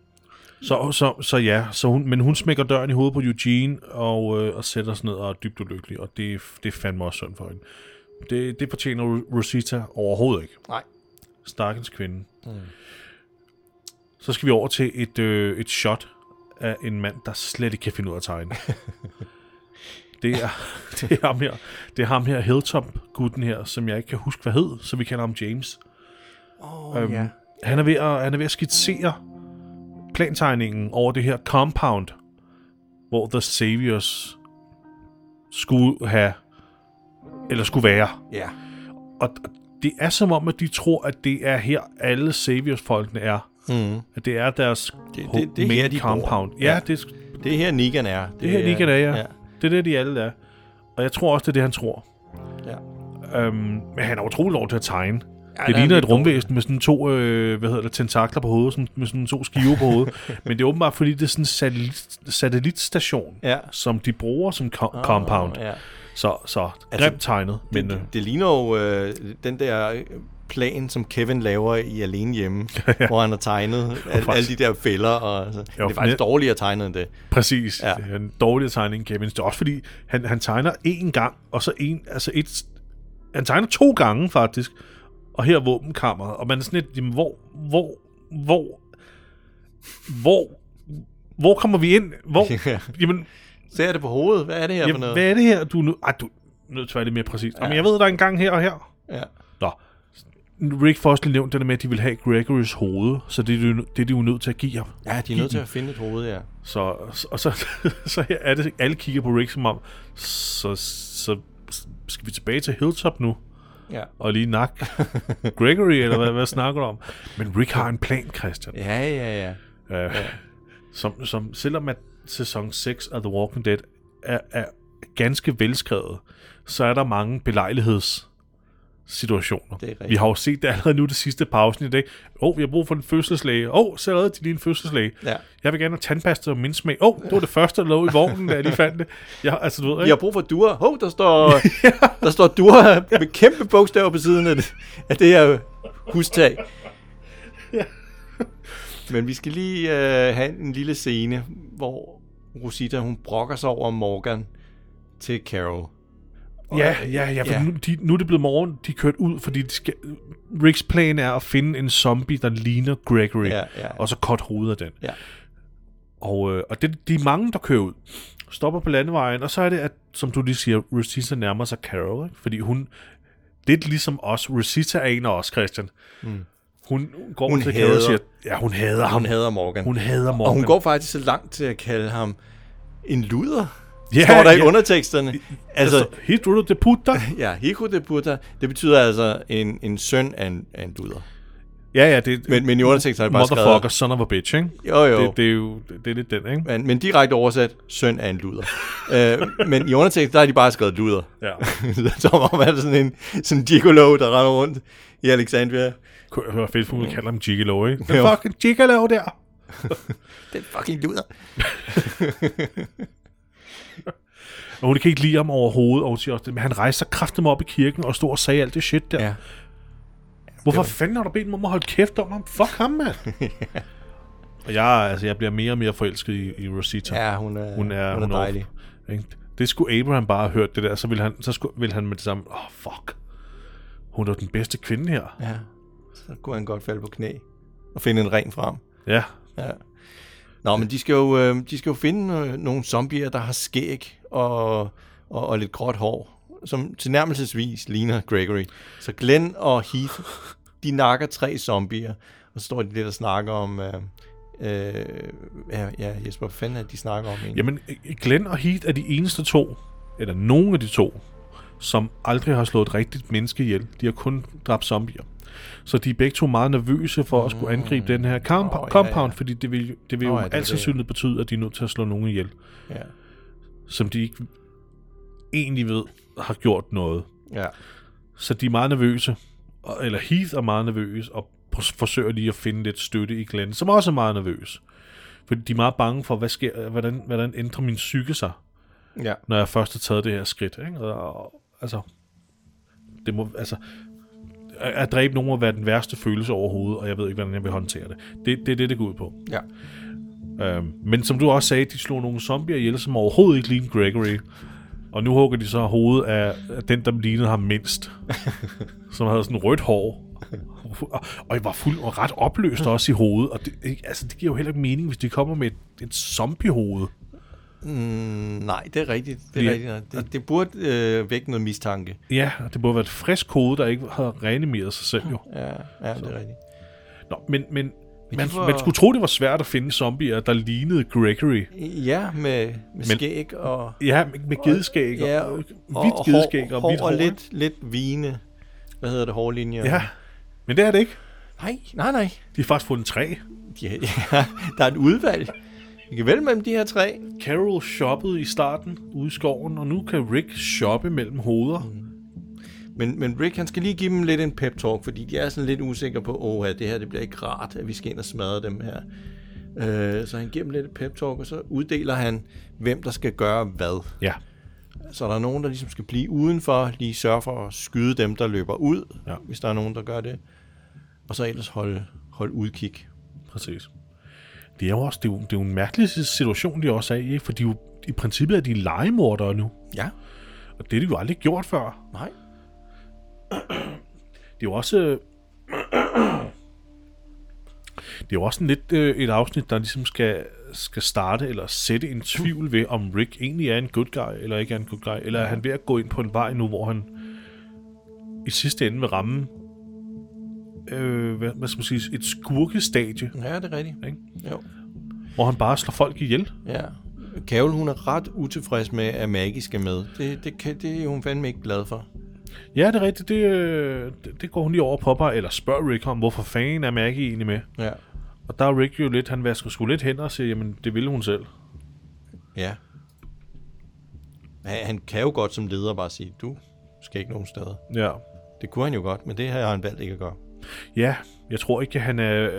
Men hun smækker døren i hovedet på Eugene og sætter sig ned og er dybt ulykkelig. Og det er fandme også synd for hende. Det fortjener Rosita overhovedet ikke. Nej. Stakkels kvinde. Mm. Så skal vi over til et shot af en mand, der slet ikke kan finde ud af at tegne. Det er ham her Hilltop-gutten her, som jeg ikke kan huske, hvad hed, så vi kalder ham James. Ja. Han er ved at skitsere plantegningen over det her compound, hvor The Saviors skulle være. Ja. Og det er som om, at de tror, at det er her, alle Saviors-folkene er. Mm. At det er deres det main her, de compound. Bor. Ja, det er her, Negan er. Det her, Negan er, ja. Det er det, de alle er. Og jeg tror også, det er det, han tror. Ja. Men han er utrolig lov til at tegne. Ja, det ligner et rumvæsen med sådan to tentakler på hovedet, med sådan 2 skiver på hovedet. Men det er åbenbart, fordi det er sådan en satellitstation, som de bruger som compound. Ja. Så grimt tegnet. Men, det ligner jo den der plan, som Kevin laver i Alene Hjemme, hvor han har tegnet alle de der fælder. Og, det er faktisk dårligere tegnet end det. Præcis. Ja. Det er en dårligere tegning end Kevin. Det er også fordi, han tegner én gang, og så han tegner 2 gange faktisk, og her er våbenkammeret, og man er sådan lidt, jamen, hvor kommer vi ind? Jamen, ser det på hovedet? Hvad er det her for noget? Hvad er det her? Du er nødt til at være lidt mere præcist. Ja. Jamen, jeg ved, der er en gang her og her. Ja. Nå. Rick får også lige nævnt det der med, at de vil have Gregorys hoved, så det er de jo nødt til at give ham. Ja, de er nødt til at finde et hoved, ja. Så her er det, alle kigger på Rick som om, så skal vi tilbage til Hilltop nu? Ja. Og lige nakke Gregory, eller hvad snakker du om? Men Rick har en plan, Christian. Ja. Som selvom at sæson 6 af The Walking Dead er ganske velskrevet, så er der mange belejlighedssituationer. Vi har jo set det allerede nu det sidste pausen i dag. Vi har brug for en fødselslæge. Så redder de lige en fødselslæge. Ja. Jeg vil gerne have tandpasta og mindsmag. Det var det første, der lå i vognen, da jeg lige fandt det. Du ved, ikke? Vi har brug for Dura. Der står Dura med kæmpe bogstaver på siden af det her hustag. Ja. Men vi skal lige have en lille scene, hvor Rosita, hun brokker sig over Morgan til Carol. Ja, for nu er det blevet morgen, de er kørt ud, fordi Ricks plan er at finde en zombie, der ligner Gregory, og så kort hovedet af den. Ja. Og det, de er mange, der kører ud, stopper på landevejen, og så er det, at, som du lige siger, Rosita nærmer sig Carol, ikke? Fordi hun, lidt ligesom os, Rosita er en af os, Christian. Mm. Hun går til Carol og siger, hun hader ham. Hun hader Morgan. Hun hader Morgan. Og hun går faktisk så langt til at kalde ham en luder. Står der i underteksterne. Altså, hijo de puta. Ja, hijo de puta. Det betyder altså en søn af en luder. Ja, men i underteksterne er det bare skrevet... Motherfucker, son of a bitch, ikke? Jo. Det er jo lidt den, ikke? Men direkte oversat, søn af en luder. Men i underteksten, der er de bare skrevet luder. Ja. Så var man sådan en gigolo, der render rundt i Alexandria. Kunne jeg høre fedt, for hun kalder ham gigolo, ikke? Den fucking gigolo der. Den fucking luder. Og hun kan ikke lide ham overhovedet, og hun siger også det, men han rejste sig kraftigt op i kirken og stod og sagde alt det shit der. Ja. Hvorfor fanden har du bedt mig om at holde kæft om ham? Fuck ham, mand. Og jeg bliver mere og mere forelsket i Rosita. Ja, hun er dejlig. Det skulle Abraham bare have hørt det der, så ville han med det samme, fuck. Hun er den bedste kvinde her. Ja, så kunne han godt falde på knæ og finde en ring frem. Ja. Nå, men de skal jo finde nogle zombier, der har skæg og lidt gråt hår, som tilnærmelsesvis ligner Gregory. Så Glenn og Heath, de nakker 3 zombier, og så står de lidt og snakker om... Jesper, hvad fanden er de snakker om egentlig? Jamen, Glenn og Heath er de eneste 2, eller nogle af de 2, som aldrig har slået et rigtigt menneske ihjel. De har kun dræbt zombier. Så de er begge 2 meget nervøse for at skulle angribe den her compound, fordi det vil jo alt sandsynligt betyde, at de er nødt til at slå nogen ihjel. Ja. Som de ikke egentlig ved har gjort noget. Ja. Så de er meget nervøse, eller Heath er meget nervøs, og forsøger lige at finde lidt støtte i Glenn, som også er meget nervøs. Fordi de er meget bange for, hvordan ændrer min psyke sig, når jeg først har taget det her skridt. Ikke? Og, altså, det må, altså, at dræbe nogen må være den værste følelse overhovedet, og jeg ved ikke, hvordan jeg vil håndtere det. Det er det går ud på. Ja. Men som du også sagde, de slog nogle zombier ihjel, som overhovedet ikke lignede Gregory. Og nu hugger de så hovedet af den, der lignede ham mindst. Som havde sådan rødt hår. Og jeg var fuld og ret opløst også i hovedet. Og det giver jo heller ikke mening, hvis de kommer med et zombiehoved. Nej, det er rigtigt. Det burde vække noget mistanke. Ja, det burde være et frisk hoved, der ikke har reanimeret sig selv jo. Ja, det er rigtigt. Nå, men man skulle tro, det var svært at finde zombier, der lignede Gregory. Ja, med skæg og... Ja, med gedeskæg og hvidt gedeskæg og hvidt hår. Og lidt vine. Hvad hedder det? Hårlinjer. Ja, men det er det ikke. Nej. De har faktisk fundet 3. Ja, der er et udvalg. Vi kan vælge mellem de her 3. Carol shoppede i starten ude i skoven, og nu kan Rick shoppe mellem hoveder. Men Rick, han skal lige give dem lidt en pep-talk, fordi de er sådan lidt usikre på, det her det bliver ikke rart, at vi skal ind og smadre dem her. Så han giver dem lidt et pep-talk, og så uddeler han, hvem der skal gøre hvad. Ja. Så der er nogen, der ligesom skal blive udenfor, lige sørge for at skyde dem, der løber ud, hvis der er nogen, der gør det. Og så ellers holde udkig. Præcis. Det er jo også, det er jo en mærkelig situation, de også er i, for de jo, i princippet er de legemordere nu. Ja. Og det er de jo aldrig gjort før. Nej. Det er jo også... det er jo også lidt et afsnit, der ligesom skal starte eller sætte en tvivl ved, om Rick egentlig er en good guy, eller ikke er en good guy, eller er han ved at gå ind på en vej nu, hvor han i sidste ende vil ramme hvad skal man sige, et skurkestadie. Ja, det er rigtigt. Ikke? Jo. Hvor han bare slår folk ihjel. Ja. Carol, hun er ret utilfreds med, at Maggie skal med. Det er hun fandme ikke glad for. Ja, det er rigtigt. Det går hun lige over og påpeger, eller spørger Rick om, hvorfor fanden er Maggie egentlig med. Ja. Og der er Rick jo lidt, han vasker sgu lidt hen og siger, jamen, det ville hun selv. Ja. Han kan jo godt som leder bare sige, du skal ikke nogen steder. Ja. Det kunne han jo godt, men det har han valgt ikke at gøre. Ja, jeg tror ikke, at han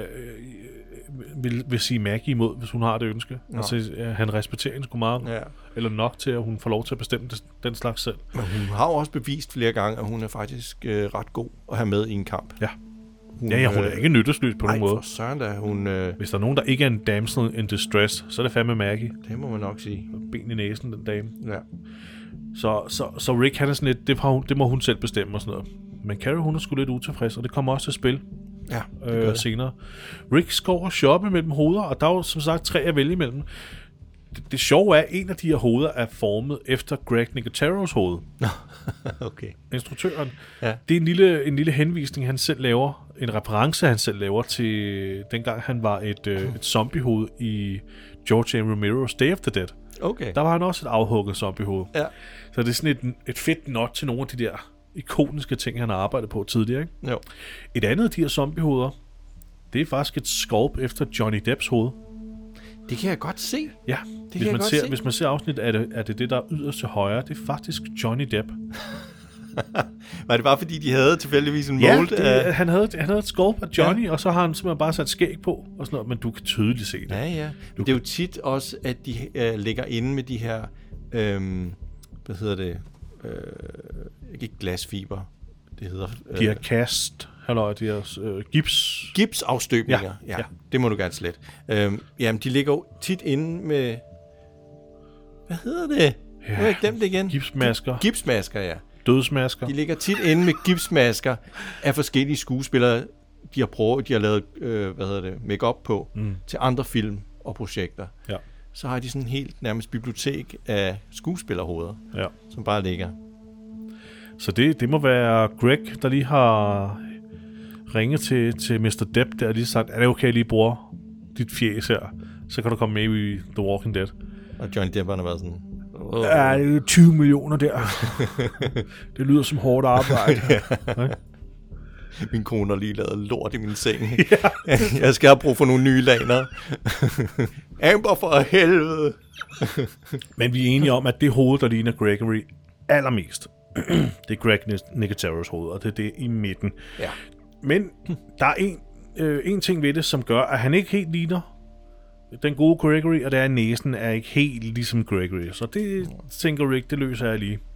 vil sige Maggie imod, hvis hun har det ønske. Nå. Altså, han respekterer hende sgu meget. Eller nok til, at hun får lov til at bestemme den slags selv. Men hun har jo også bevist flere gange, at hun er faktisk ret god at have med i en kamp. Ja. Hun er ikke nyttesløs på nogen måde. Nej, for søren da. Hvis der er nogen, der ikke er en damsel in distress, så er det fandme Maggie. Det må man nok sige. Ben i næsen, den dame. Ja. Så Rick, han er sådan lidt, det må hun selv bestemme og sådan noget. Men Carol, hun er sgu lidt utilfreds, og det kommer også til spil. Ja, senere. Rick skal over og shoppe mellem hoveder, og der er jo som sagt 3 at vælge imellem. Det sjove er, at en af de her hoveder er formet efter Greg Nicotaros hoved. Okay. Instruktøren. Ja. Det er en lille henvisning, han selv laver. En reference, han selv laver til dengang han var et zombiehoved i George A. Romero's Day of the Dead. Okay. Der var han også et afhugget zombiehoved. Ja. Så det er sådan et fedt nod til nogle af de der ikoniske ting, han har arbejdet på tidligere, ikke? Jo. Et andet af de her zombiehoveder, det er faktisk et sculpt efter Johnny Depps hoved. Det kan jeg godt se. Ja, hvis man ser afsnit, er det der er yderst til højre. Det er faktisk Johnny Depp. Var det bare fordi, de havde tilfældigvis en mold? Ja, han havde et sculpt af Johnny, og så har han simpelthen bare sat skæg på, og sådan noget, men du kan tydeligt se det. Ja. Det er jo tit også, at de ligger inde med de her, hvad hedder det, ikke glasfiber, det hedder... de her cast, de her gipsafstøbninger, ja. Det må du gerne slet. Jamen, de ligger jo tit inde med... Hvad hedder det? Jeg har glemt det igen. Gipsmasker. Gipsmasker, ja. Dødsmasker. De ligger tit inde med gipsmasker af forskellige skuespillere, de har lavet make-up på til andre film og projekter. Ja. Så har de sådan helt nærmest bibliotek af skuespillerhoveder, som bare ligger. Så det må være Greg, der lige har ringet til Mr. Depp, der lige sagt, er det okay, at lige bruger dit fjes her? Så kan du komme med i The Walking Dead. Og Johnny Depp har været sådan... Ja, det er 20 millioner der. Det lyder som hårdt arbejde. Min kone har lige lavet lort i min seng. Jeg skal have brug for nogle nye laner. Amber for helvede. Men vi er enige om, at det hoved, der ligner Gregory allermest, Det er Greg Nicoteros hoved, og det er det i midten. Ja. Men der er en ting ved det, som gør, at han ikke helt ligner den gode Gregory, og det er, at næsen er ikke helt ligesom Gregory. Så det tænker Rick, det løser jeg lige.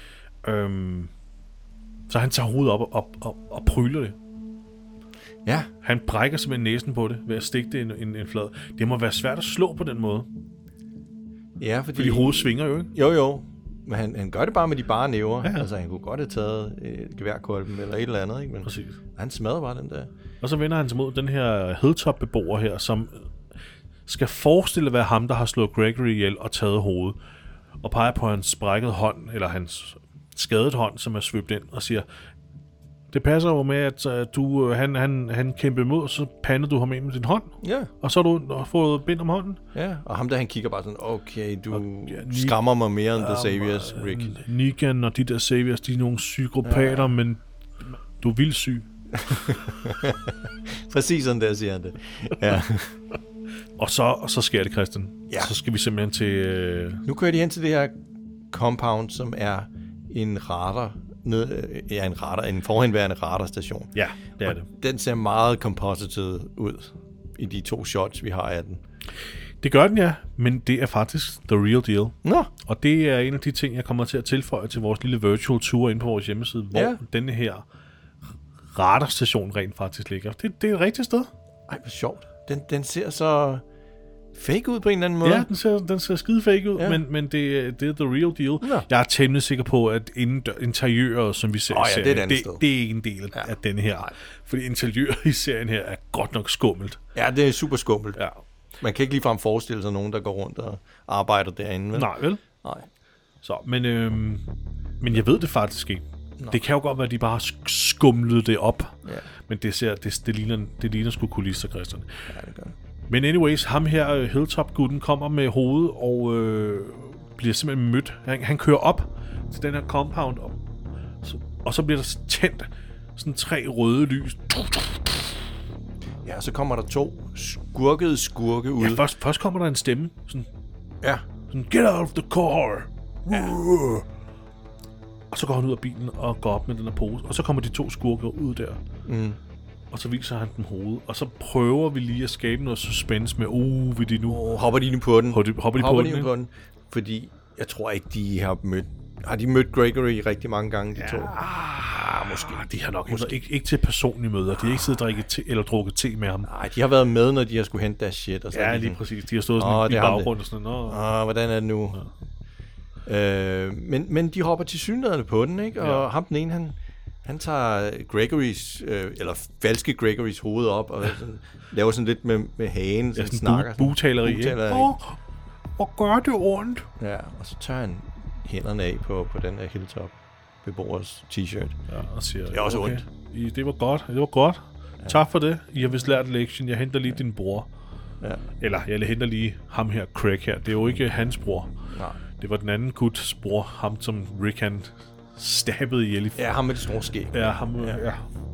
Så han tager hovedet op og pryler det. Ja. Han brækker simpelthen næsen på det, ved at stikke det en flad. Det må være svært at slå på den måde. Ja, fordi hovedet svinger jo, ikke? Jo. Men han gør det bare med de bare næver. Ja. Altså, han kunne godt have taget geværkolben eller et eller andet, ikke? Men præcis. Han smadrer bare den der. Og så vender han sig mod den her Hilltop-beboer her, som skal forestille at være ham, der har slået Gregory ihjel og taget hovedet. Og peger på hans brækket hånd, eller hans skadet hånd, som er svøbt ind, og siger, det passer jo med, at han kæmpede imod, og så pandede du ham ind med din hånd. Ja. Og så har du fået bind om hånden. Ja, og ham der, han kigger bare sådan, okay, du skræmmer mig mere end The Saviors, Rick. Negan og de der Saviors, de er nogle psykopater, men du er vildt syg. Præcis sådan der, siger han det. Ja. Og så sker det, Christian. Ja. Så skal vi simpelthen til... Nu kører de hen til det her compound, som er en radar. En forhenværende radarstation. Ja, det er det. Den ser meget composited ud i de 2 shots, vi har af den. Det gør den, ja, men det er faktisk the real deal. Nå. Og det er en af de ting, jeg kommer til at tilføje til vores lille virtual tour inde på vores hjemmeside, hvor denne her radarstation rent faktisk ligger. Det er et rigtigt sted. Ej, hvor sjovt. Den ser så fake ud på en eller anden måde. Ja, den ser skide fake ud, ja. men det er the real deal. Ja. Jeg er temmelig sikker på, at interiøret, som vi ser i serien, det er ikke en del af denne her. Nej. Fordi interiøret i serien her er godt nok skummelt. Ja, det er super skummelt. Ja. Man kan ikke ligefrem forestille sig nogen, der går rundt og arbejder derinde, vel? Nej, vel? Nej. Så, men jeg ved det faktisk ikke. Nå. Det kan jo godt være, at de bare har skumlet det op. Ja. Men det ligner sgu kulisser, Christian. Ja, det gør det. Men anyways, ham her, Hilltop-gutten, kommer med hovedet og bliver simpelthen mødt. Han kører op til den her compound, og så bliver der tændt sådan 3 røde lys. Ja, så kommer der 2 skurke ud. Ja, først kommer der en stemme. Sådan, ja. Sådan, get out of the car! Ja. Og så går han ud af bilen og går op med den her pose. Og så kommer de 2 skurke ud der. Mm. Og så viser han dem hovedet. Og så prøver vi lige at skabe noget suspense med, vil de nu... hopper de nu på den? Hopper de på den? Fordi jeg tror ikke, de har mødt... Har de mødt Gregory rigtig mange gange, de 2? Måske. De har nok ikke til personlige møder. De har ikke siddet og drukket te med ham. Nej, de har været med, når de har skulle hente deres shit. Og sådan ja, lige præcis. De har stået sådan i baggrund og sådan noget. Hvordan er det nu? Ja. Men de hopper til synligheden på den, ikke? Og ham den ene, han tager Gregorys, eller falske Gregorys hoved op, og sådan, laver sådan lidt med hagen, sådan snakker. Bugtaleri. Og gør det ondt. Ja, og så tager han hænderne af på den her Hilltop-beboers t-shirt. Ja, og siger, det er også ondt. Det var godt. Ja. Tak for det. I har vist lært lektion. Jeg henter lige din bror. Ja. Eller jeg henter lige ham her, Craig her. Det er jo ikke hans bror. Nej. Det var den anden guds bror, ham som Rick han stabbede ihjel. Ja, ham med det store skæg. Ja, ham. Ja.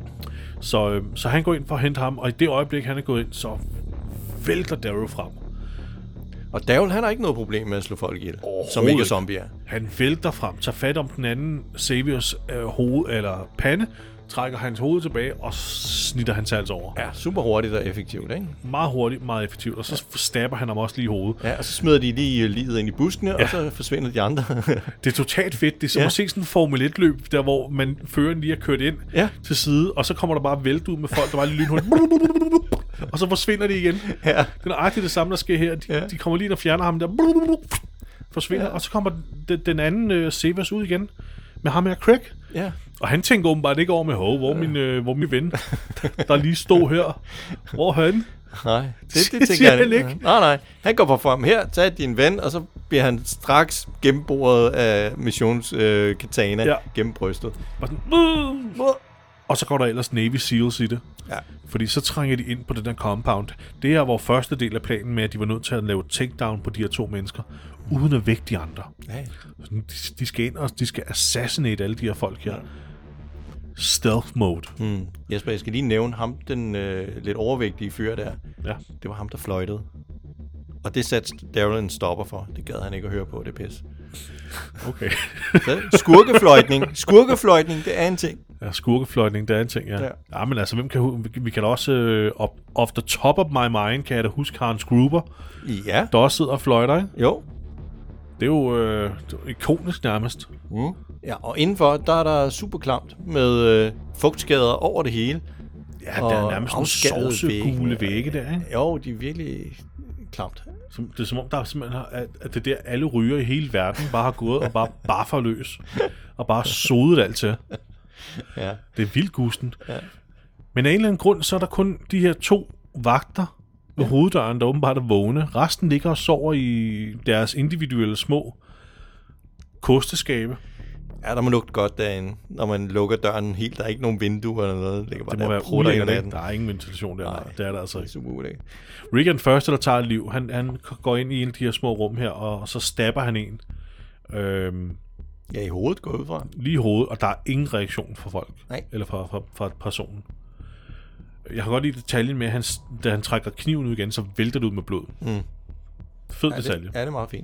Så han går ind for at hente ham, og i det øjeblik, han er gået ind, så vælter Daryl frem. Og Daryl, han har ikke noget problem med at slå folk ihjel, som ikke er zombier. Han vælter frem, tager fat om den anden Saviors hoved eller pande, trækker hans hoved tilbage og snitter hans hals over. Ja, super hurtigt og effektivt, ikke? Meget hurtigt, meget effektivt. Og så stabber han ham også lige i hovedet. Ja, og så smider de lige livet ind i buskene, og så forsvinder de andre. Det er totalt fedt. Det er som at se sådan en Formel 1-løb, der hvor man føreren lige har kørt ind til side, og så kommer der bare vælt ud med folk, der bare lige lynhurtigt. Og så forsvinder de igen. Ja. Det er nøjagtigt det samme, der sker her. De kommer lige og fjerner ham der. Forsvinder, og så kommer den anden Savers ud igen med ham her, Craig. Ja. Og han tænker åbenbart ikke over med, hvor min ven, der lige stod her. Hvor er han? Nej, det tænker han ikke. Nej. Han går frem her, tager din ven, og så bliver han straks gennemboret af missionskatana gennem brystet. Og så går der ellers Navy Seals i det. Ja. Fordi så trænger de ind på den der compound. Det er vores første del af planen med, at de var nødt til at lave takedown på de her 2 mennesker, uden at vække de andre. Ja. De skal ind, og de skal assassinate alle de her folk her. Stealth mode. Jesper, jeg skal lige nævne ham, den lidt overvægtige fyr der. Ja. Det var ham, der fløjtede. Og det satte Daryl en stopper for. Det gad han ikke at høre på, det pis. Okay. Skurkefløjtning, det er en ting. Ja, skurkefløjtning, det er en ting, ja. Ja, men altså, vi kan da også, off the top of my mind, kan jeg da huske Hans Gruber, Ja. der også sidder og fløjter, ikke? Jo. Det er jo ikonisk nærmest. Ja, og indenfor, der er der super klamt med fugtskader over det hele. Ja, der er nærmest nogle sovsegule vægge der, ikke? Jo, de er virkelig klamt. Det er som om, der er simpelthen at det der alle ryger i hele verden bare har gået og bare for løs. Og bare sodet alt til. Ja. Det er vildt gusten. Ja. Men af en eller anden grund, så er der kun de her 2 vagter ved hoveddøren, der åbenbart er vågne. Resten ligger og sover i deres individuelle små kosteskabe. Ja, der må lugte godt derinde, når man lukker døren helt. Der er ikke nogen vinduer eller noget. Det må være ulækkert. Der er ingen ventilation der. Nej, det er der altså ikke. Super ulækkert. Regan første, der tager et liv, han går ind i en af de her små rum her, og så stabber han en. Ja, i hovedet går ud fra. Lige i hovedet, og der er ingen reaktion fra folk. Nej. Eller fra personen. Jeg har godt lide detaljen med, at da han trækker kniven ud igen, så vælter det ud med blod. Fed detalje. Ja, det er meget fint.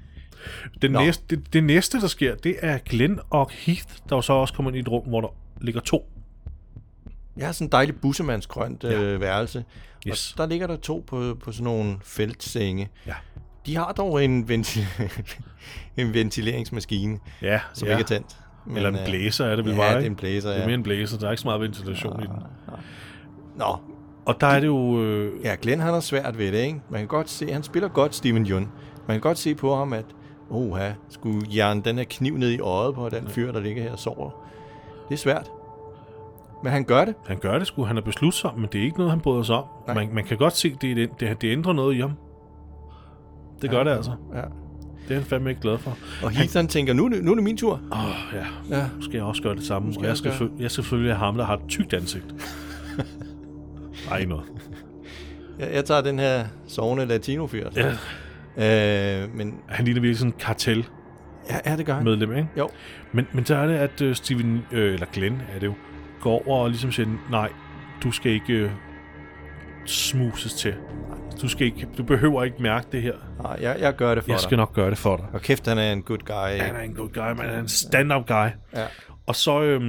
Det næste, der sker, det er Glenn og Heath, der jo så også kommer ind i et rum, hvor der ligger 2. Ja, sådan en dejlig bussemandsgrønt værelse. Yes. Og der ligger der 2 på sådan nogle feltsenge. Ja. De har dog en ventileringsmaskine, som ikke er tændt. Men, eller en blæser er det vel bare, ikke? Ja, det er en blæser, Det er mere en blæser, der er ikke så meget ventilation i den. Nå. Og der er det jo... Ja, Glenn han har svært ved det, ikke? Man kan godt se, han spiller godt Steven Yeun. Man kan godt se på ham, at skulle jern den her kniv ned i øjet på den fyr, der ligger her og sover. Det er svært. Men han gør det. Han gør det sgu. Han er beslutsom, men det er ikke noget, han bryder sig om. Man kan godt se, det ændrer noget i ham. Det gør det altså. Ja. Det er han fandme ikke glad for. Og Heath tænker, nu er det min tur. Ja. Nu skal jeg også gøre det samme. Jeg skal selvfølgelig have ham, der har et tykt ansigt. Nej, ikke noget. Jeg tager den her sovende latino-fyr. Ja. Men han ligner virkelig sådan en kartel. Ja, det gør han. Medlem, ikke? Jo. Men så er det, at Steven, eller Glenn er det jo, går over og ligesom siger, nej, du skal ikke smuses til. Du behøver ikke mærke det her. Nej, jeg gør det for dig. Jeg skal nok gøre det for dig. Og kæft, han er en good guy. Han er en good guy, men han er en stand-up guy. Ja. Og så,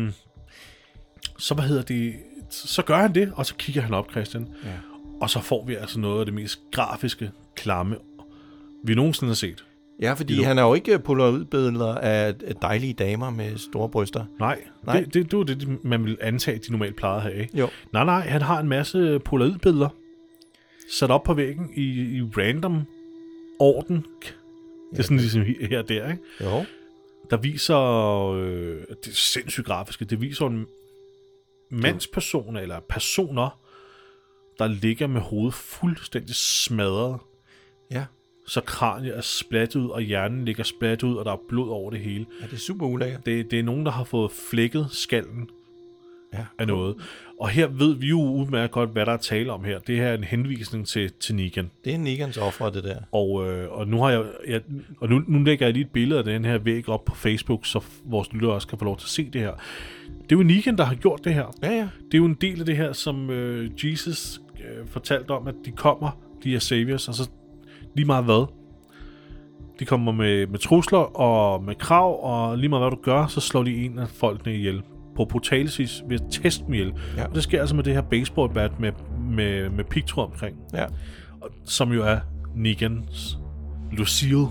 så gør han det, og så kigger han op, Christian. Ja. Og så får vi altså noget af det mest grafiske, klamme, vi nogensinde har set. Ja, fordi han har jo ikke polaroidbilleder af dejlige damer med store bryster. Nej. Det er det, man vil antage, de normalt plejede at have, ikke? Jo. Nej, han har en masse polaroidbilleder sat op på væggen i random orden. Det er sådan ligesom her og der, ikke? Jo. Der viser, det er sindssygt grafiske, det viser en mandspersoner, eller personer, der ligger med hovedet fuldstændig smadret. Ja. Så kraniet er splattet ud, og hjernen ligger splattet ud, og der er blod over det hele. Ja, det er super ulækkert. Det er nogen, der har fået flækket skallen af noget. Og her ved vi jo udmærket godt, hvad der er tale om her. Det her er en henvisning til Negan. Det er Negans offer, det der. Og nu har nu lægger jeg lige et billede af den her væg op på Facebook, så vores lyttere også kan få lov til at se det her. Det er jo Negan, der har gjort det her. Ja. Det er jo en del af det her, som Jesus fortalte om, at de kommer, de er saviors, og så lige meget hvad. De kommer med trusler og med krav, og lige meget hvad du gør, så slår de en af folkene ihjel. På brutalisvis ved at teste dem ihjel. Ja. Og det sker altså med det her baseballbat med pigtråd omkring. Ja. Som jo er Negans Lucille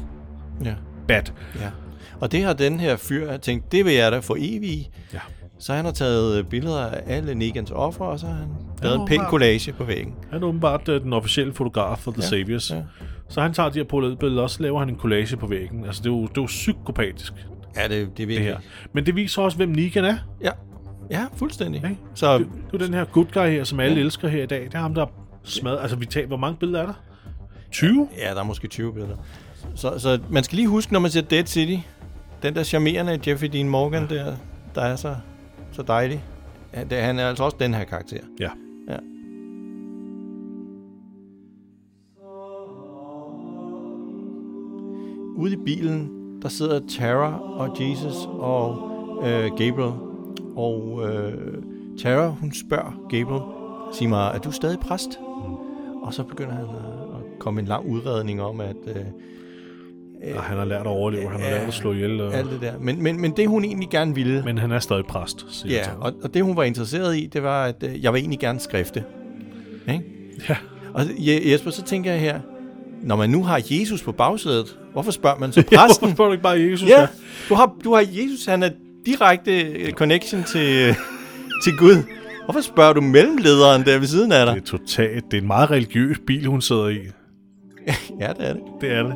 bat. Ja. Og det har den her fyr tænkt, det vil jeg da for evigt. Ja. Så han har taget billeder af alle Negans offer, og så har han lavet en pæn collage på væggen. Han er åbenbart den officielle fotograf for The Saviors. Ja. Så han tager de her polaroidbilleder, og så laver han en collage på væggen. Altså, det er jo psykopatisk. Ja, det er virkelig. Det Men det viser også, hvem Negan er. Ja, fuldstændig. Okay. Så det er den her good guy her, som alle elsker her i dag. Det er ham, der smadrer. Altså, vi tager, hvor mange billeder er der? 20? Ja, der er måske 20 billeder. Så man skal lige huske, når man ser Dead City, den der charmerende Jeffrey Dean Morgan der er så dejlig. Han er altså også den her karakter. Ja. Ude i bilen, der sidder Tara og Jesus og Gabriel. Og Tara, hun spørger Gabriel, sig mig, er du stadig præst? Og så begynder han at komme en lang udredning om, Og han har lært at overleve, han har lært at slå ihjel. Og... alt det der. Men det, hun egentlig gerne ville... Men han er stadig præst, siger ja, og det, hun var interesseret i, det var, at jeg vil egentlig gerne skrifte. Ikke? Ja. Og Jesper, så tænker jeg her, når man nu har Jesus på bagsædet, hvorfor spørger man så præsten? Hvorfor spørger du ikke bare Jesus? Ja, du har Jesus, han er direkte connection til Gud. Hvorfor spørger du mellemlederen der ved siden af dig? Det er totalt. Det er en meget religiøs bil, hun sidder i. Ja, det er det. Det er det.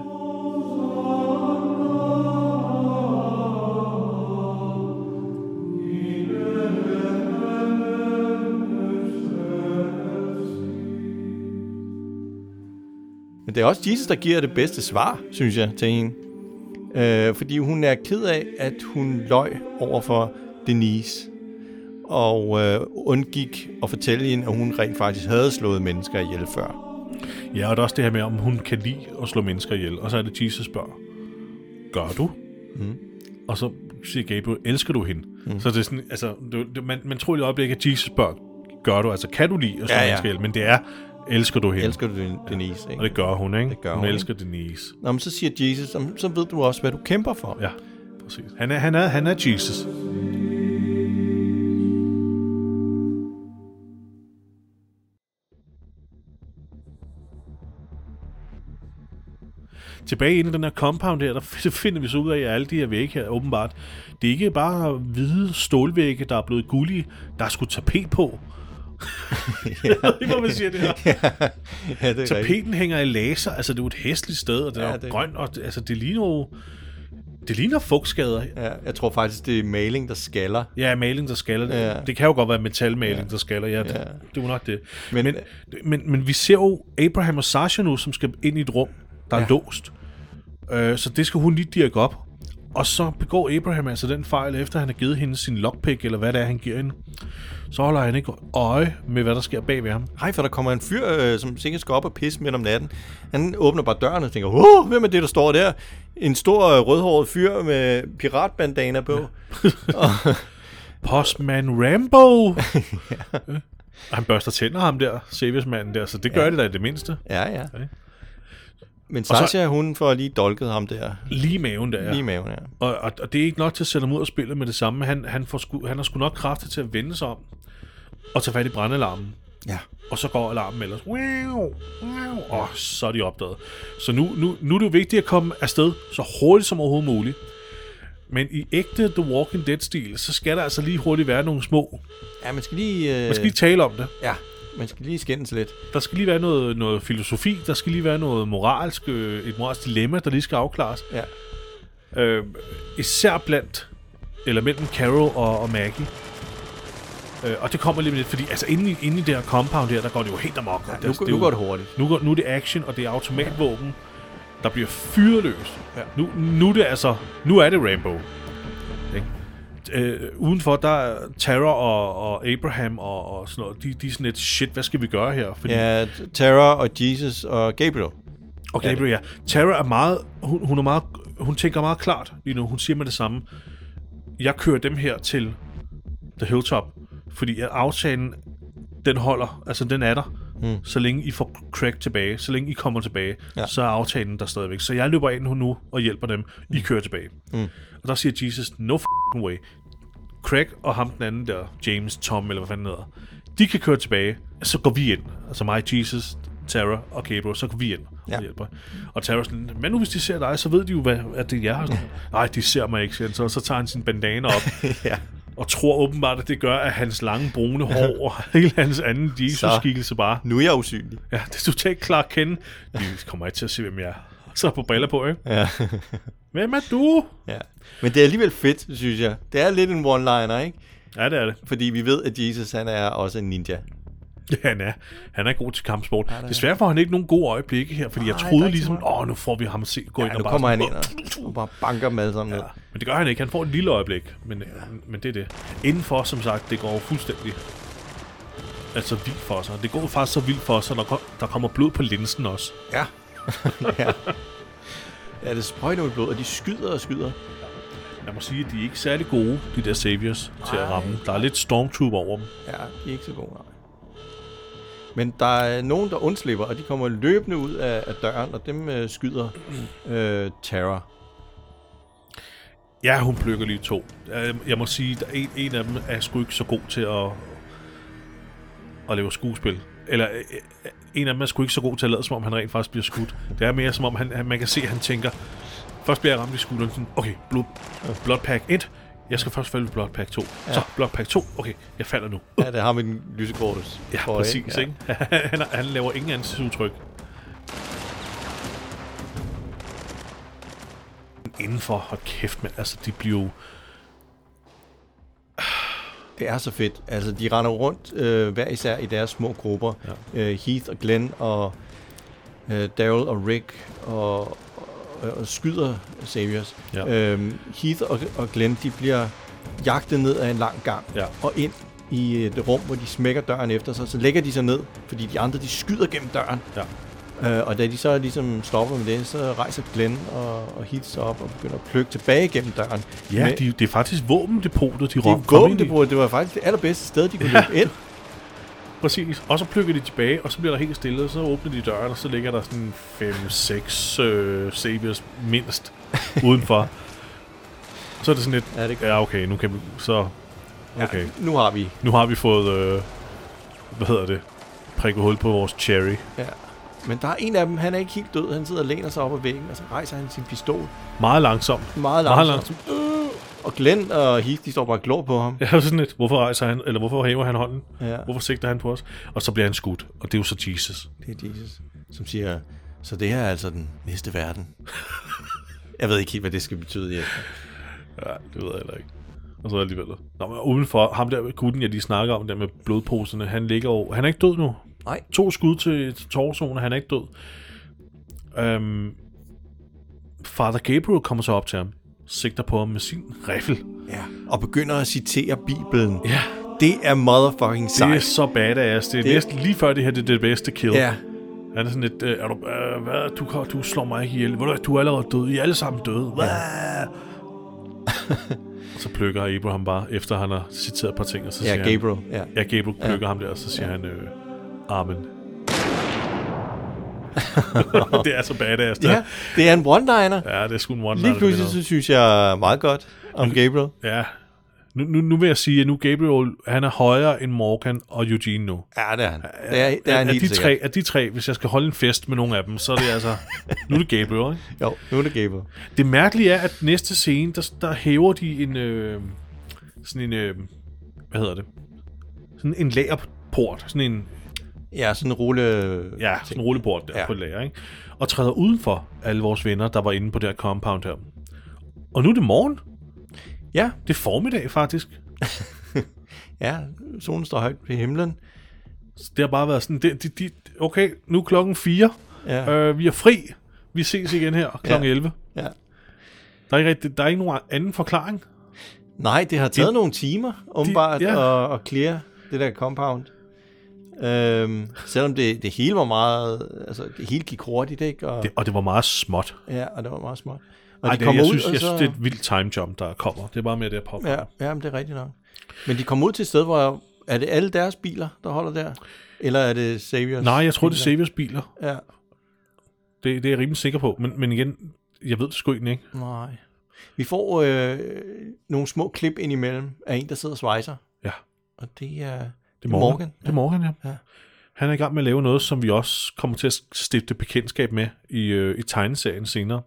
Men det er også Jesus, der giver det bedste svar, synes jeg, til hende. Fordi hun er ked af, at hun løj over for Denise. Og undgik at fortælle hende, at hun rent faktisk havde slået mennesker ihjel før. Ja, og det er også det her med, om hun kan lide at slå mennesker ihjel. Og så er det, Jesus spørger, gør du? Mm. Og så siger Gabriel, elsker du hende? Mm. Så det er sådan, altså, man tror i det øjeblik, at Jesus spørger, gør du? Altså, kan du lide at slå mennesker ihjel? Men det er, elsker du hende? Elsker du Denise, ikke? Og det gør hun, ikke? Det gør hun elsker Denise. Nå, men så siger Jesus, så ved du også, hvad du kæmper for. Ja, præcis. Han er Jesus. Tilbage inde i den her compound her, der finder vi så ud af, at alle de her vægge her, åbenbart, det er ikke bare hvide stålvægge, der er blevet gullige, der er sgu tapet på. Jeg ved ikke, hvor man siger det her. Ja, det tapeten rigtigt. hænger i laser, altså det er jo et hæsligt sted, og det er jo grønt, og altså det ligner fugtskader. Ja, jeg tror faktisk, det er maling, der skaller. Ja, maling, der skaller. Ja. Det kan jo godt være metalmaling, der skaller. Ja, det er jo nok det. Men vi ser jo Abraham og Sasha nu, som skal ind i et rum, der er låst. Så det skal hun lige dirke op. Og så begår Abraham altså den fejl, efter han har givet hende sin lockpick, eller hvad det er, han giver hende. Så holder han ikke øje med, hvad der sker bag ved ham. Nej, for der kommer en fyr, som sikkert skal op og pisse midt om natten. Han åbner bare døren og tænker, hvem er det, der står der? En stor rødhåret fyr med piratbandana på. Postman Rambo! Ja. Og han børster tænder ham der, Saviors-manden der, så det gør det da i det mindste. Ja. Okay. Men Sasha, hun får lige dolket ham der. Lige maven der, ja. Lige maven, ja. Og det er ikke nok til at sætte ham ud og spille med det samme. Han har sgu nok kræfter til at vende sig om og tage fat i brandalarmen. Ja. Og så går alarmen ellers. Og så er de opdaget. Så nu er det jo vigtigt at komme afsted så hurtigt som overhovedet muligt. Men i ægte The Walking Dead-stil, så skal der altså lige hurtigt være nogle små... Ja, man skal lige... Man skal lige tale om det. Ja. Man skal lige skændes lidt. Der skal lige være noget filosofi, der skal lige være noget moralsk, et moralsk dilemma, der lige skal afklares. Ja. Især blandt, eller mellem Carol og Maggie. Og det kommer lige med lidt, fordi altså inde i det her compound her, der går det jo helt amok. Ja, nu går det hurtigt. Nu er det action, og det er automatvåben, der bliver fyret løs. Ja. Nu er det Rambo. Udenfor, der er Tara og Abraham og sådan noget. De er sådan lidt, shit, hvad skal vi gøre her? Fordi... Ja, Tara og Jesus og Gabriel. Og Gabriel, ja. Tara er meget, hun tænker meget klart lige nu. Hun siger med det samme. Jeg kører dem her til The Hilltop, fordi at aftalen, den holder, altså den er der. Så længe I får Craig tilbage, så længe I kommer tilbage, så er aftalen der stadigvæk. Så jeg løber ind nu og hjælper dem. I kører tilbage. Og der siger Jesus, no f***ing way. Craig og ham den anden der, James, Tom, eller hvad fanden hedder, de kan køre tilbage, så går vi ind. Altså mig, Jesus, Tara og Gabriel, så går vi ind og hjælper. Og Tara sådan, men nu hvis de ser dig, så ved de jo, at det er jer. Nej, de ser mig ikke, så tager han sin bandana op. Og tror åbenbart, at det gør, at hans lange brune hår og hele hans anden Jesus-skikkelse bare... Nu er jeg usynlig. Ja, det er totalt klart kende. De kommer ikke til at se, hvem jeg er. Så på briller på, ikke? Ja. Hvem er du? Ja. Men det er alligevel fedt, synes jeg. Det er lidt en one-liner, ikke? Ja, det er det. Fordi vi ved, at Jesus, han er også en ninja. Ja, han er god til kampsport. Desværre får han ikke nogen gode øjeblikke her, fordi jeg troede ligesom, nu får vi ham se gå ind og nu bare... kommer han ind og bare banker dem alle sammen ned. Men det gør han ikke. Han får et lille øjeblik, men det er det. Indenfor, som sagt, det går fuldstændig... Altså vildt for sig. Det går faktisk så vildt for sig, der kommer blod på linsen også. Ja. Ja, det sprøjter med blod, og de skyder og skyder. Jeg må sige, at de er ikke særlig gode, de der Saviors, til at ramme. Der er lidt Stormtrooper over dem. Ja, de er ikke så gode, nej. Men der er nogen, der undslipper, og de kommer løbende ud af døren, og dem skyder Tara. Ja, hun plukker lige 2. Jeg må sige, at en af dem er sgu ikke så god til at lave skuespil. Eller en af dem er sgu ikke så god til at lade, som om han rent faktisk bliver skudt. Det er mere som om, man kan se, at han tænker, først bliver jeg ramt i skulderen, sådan, okay, bloodpack 1, jeg skal først falde bloodpack 2. Ja. Så bloodpack 2, okay, jeg falder nu. Ja, det har vi den lysekortes. Ja, præcis, ikke? Han laver ingen ansigtsudtryk. Indenfor, hold kæft, men altså, de bliver jo... Det er så fedt. Altså, de render rundt hver især i deres små grupper. Ja. Heath og Glenn og Daryl og Rick og skyder Saviors. Ja. Heath og Glenn, de bliver jagtet ned ad en lang gang og ind i et rum, hvor de smækker døren efter sig. Så lægger de sig ned, fordi de andre, de skyder gennem døren. Ja. Og da de så ligesom stopper med det, så rejser Glenn og Heath sig op og begynder at plukke tilbage gennem døren. Ja, det er faktisk våbendepotet, de kom ind i. Våbendepotet, det var faktisk det allerbedste sted, de kunne løbe ind. Præcis. Og så plukker de tilbage, og så bliver der helt stille, og så åbner de døren, og så ligger der sådan 5-6 Saviors mindst udenfor. Så er det sådan lidt, ja okay, nu kan vi, så okay. Ja, nu har vi fået, prikket hul på vores cherry. Ja. Men der er en af dem, han er ikke helt død. Han sidder og læner sig op ad væggen, og så rejser han sin pistol. Meget langsomt. Og Glenn og Heath, de står bare og glor på ham. Ja, sådan lidt. Hvorfor rejser han, eller hvorfor hæver han hånden? Ja. Hvorfor sigter han på os? Og så bliver han skudt, og det er jo så Jesus. Det er Jesus, som siger, så det her er altså den næste verden. Jeg ved ikke helt, hvad det skal betyde, Jesper. Ja, det ved jeg heller ikke. Og så alligevel. Nå, men udenfor, ham der gutten, jeg lige snakker om, der med blodposerne, han ligger over. Han er ikke død nu. Nej. 2 skud til torsoen, han er ikke død. Father Gabriel kommer så op til ham, sigter på ham med sin riffel. Ja, og begynder at citere Bibelen. Ja. Det er motherfucking sejt. Det er så badass. Det er næsten lige før det her, det er det bedste kill. Ja. Han er sådan lidt, du slår mig ikke ihjel. Du er allerede død. I er alle sammen døde. Ja. Så plukker Abraham bare, efter han har citeret et par ting, og så siger Gabriel. Han... Ja, Gabriel plukker ham der, og så siger han, amen. Det er så badass. Ja, det er en one-liner. Ja, det er sgu en one-liner. Lige pludselig så synes jeg meget godt om Gabriel. Ja. Nu vil jeg sige, at nu Gabriel, han er højere end Morgan og Eugene nu. Ja, det er han. Det er han helt sikkert. Af de tre, hvis jeg skal holde en fest med nogle af dem, så er det altså... Nu er det Gabriel, ikke? Jo, nu er det Gabriel. Det mærkelige er, at næste scene, der hæver de en... sådan en... hvad hedder det? Sådan en lagerport. Sådan en... Ja, sådan en sådan en rulleport der på et lager, ikke? Og træder udenfor alle vores venner, der var inde på det her compound her. Og nu er det morgen. Ja. Det er formiddag, faktisk. Ja, solen står højt ved himlen. Det har bare været sådan, okay, nu er klokken 4. Ja. Vi er fri. Vi ses igen her klokken 11. Ja. Der er ikke nogen anden forklaring. Nej, det har taget nogle timer, åbenbart, at clear det der compound. Selvom det hele var meget, altså det hele gik hurtigt, ikke? Og det var meget småt. Ja, og det var meget småt. Og jeg synes, det er et vildt time jump, der kommer. Det er bare med det at poppe. Ja, men det er rigtigt nok. Men de kom ud til et sted, hvor... Er det alle deres biler, der holder der? Eller er det Saviors? Nej, jeg tror, det er Saviors biler. Ja. Det er jeg rimelig sikker på. Men igen, jeg ved det sgu ikke. Nej. Vi får nogle små klip ind imellem af en, der sidder og svejser. Ja. Og det er Morgan. Det er Morgan, ja. Han er i gang med at lave noget, som vi også kommer til at stifte bekendtskab med i tegneserien senere.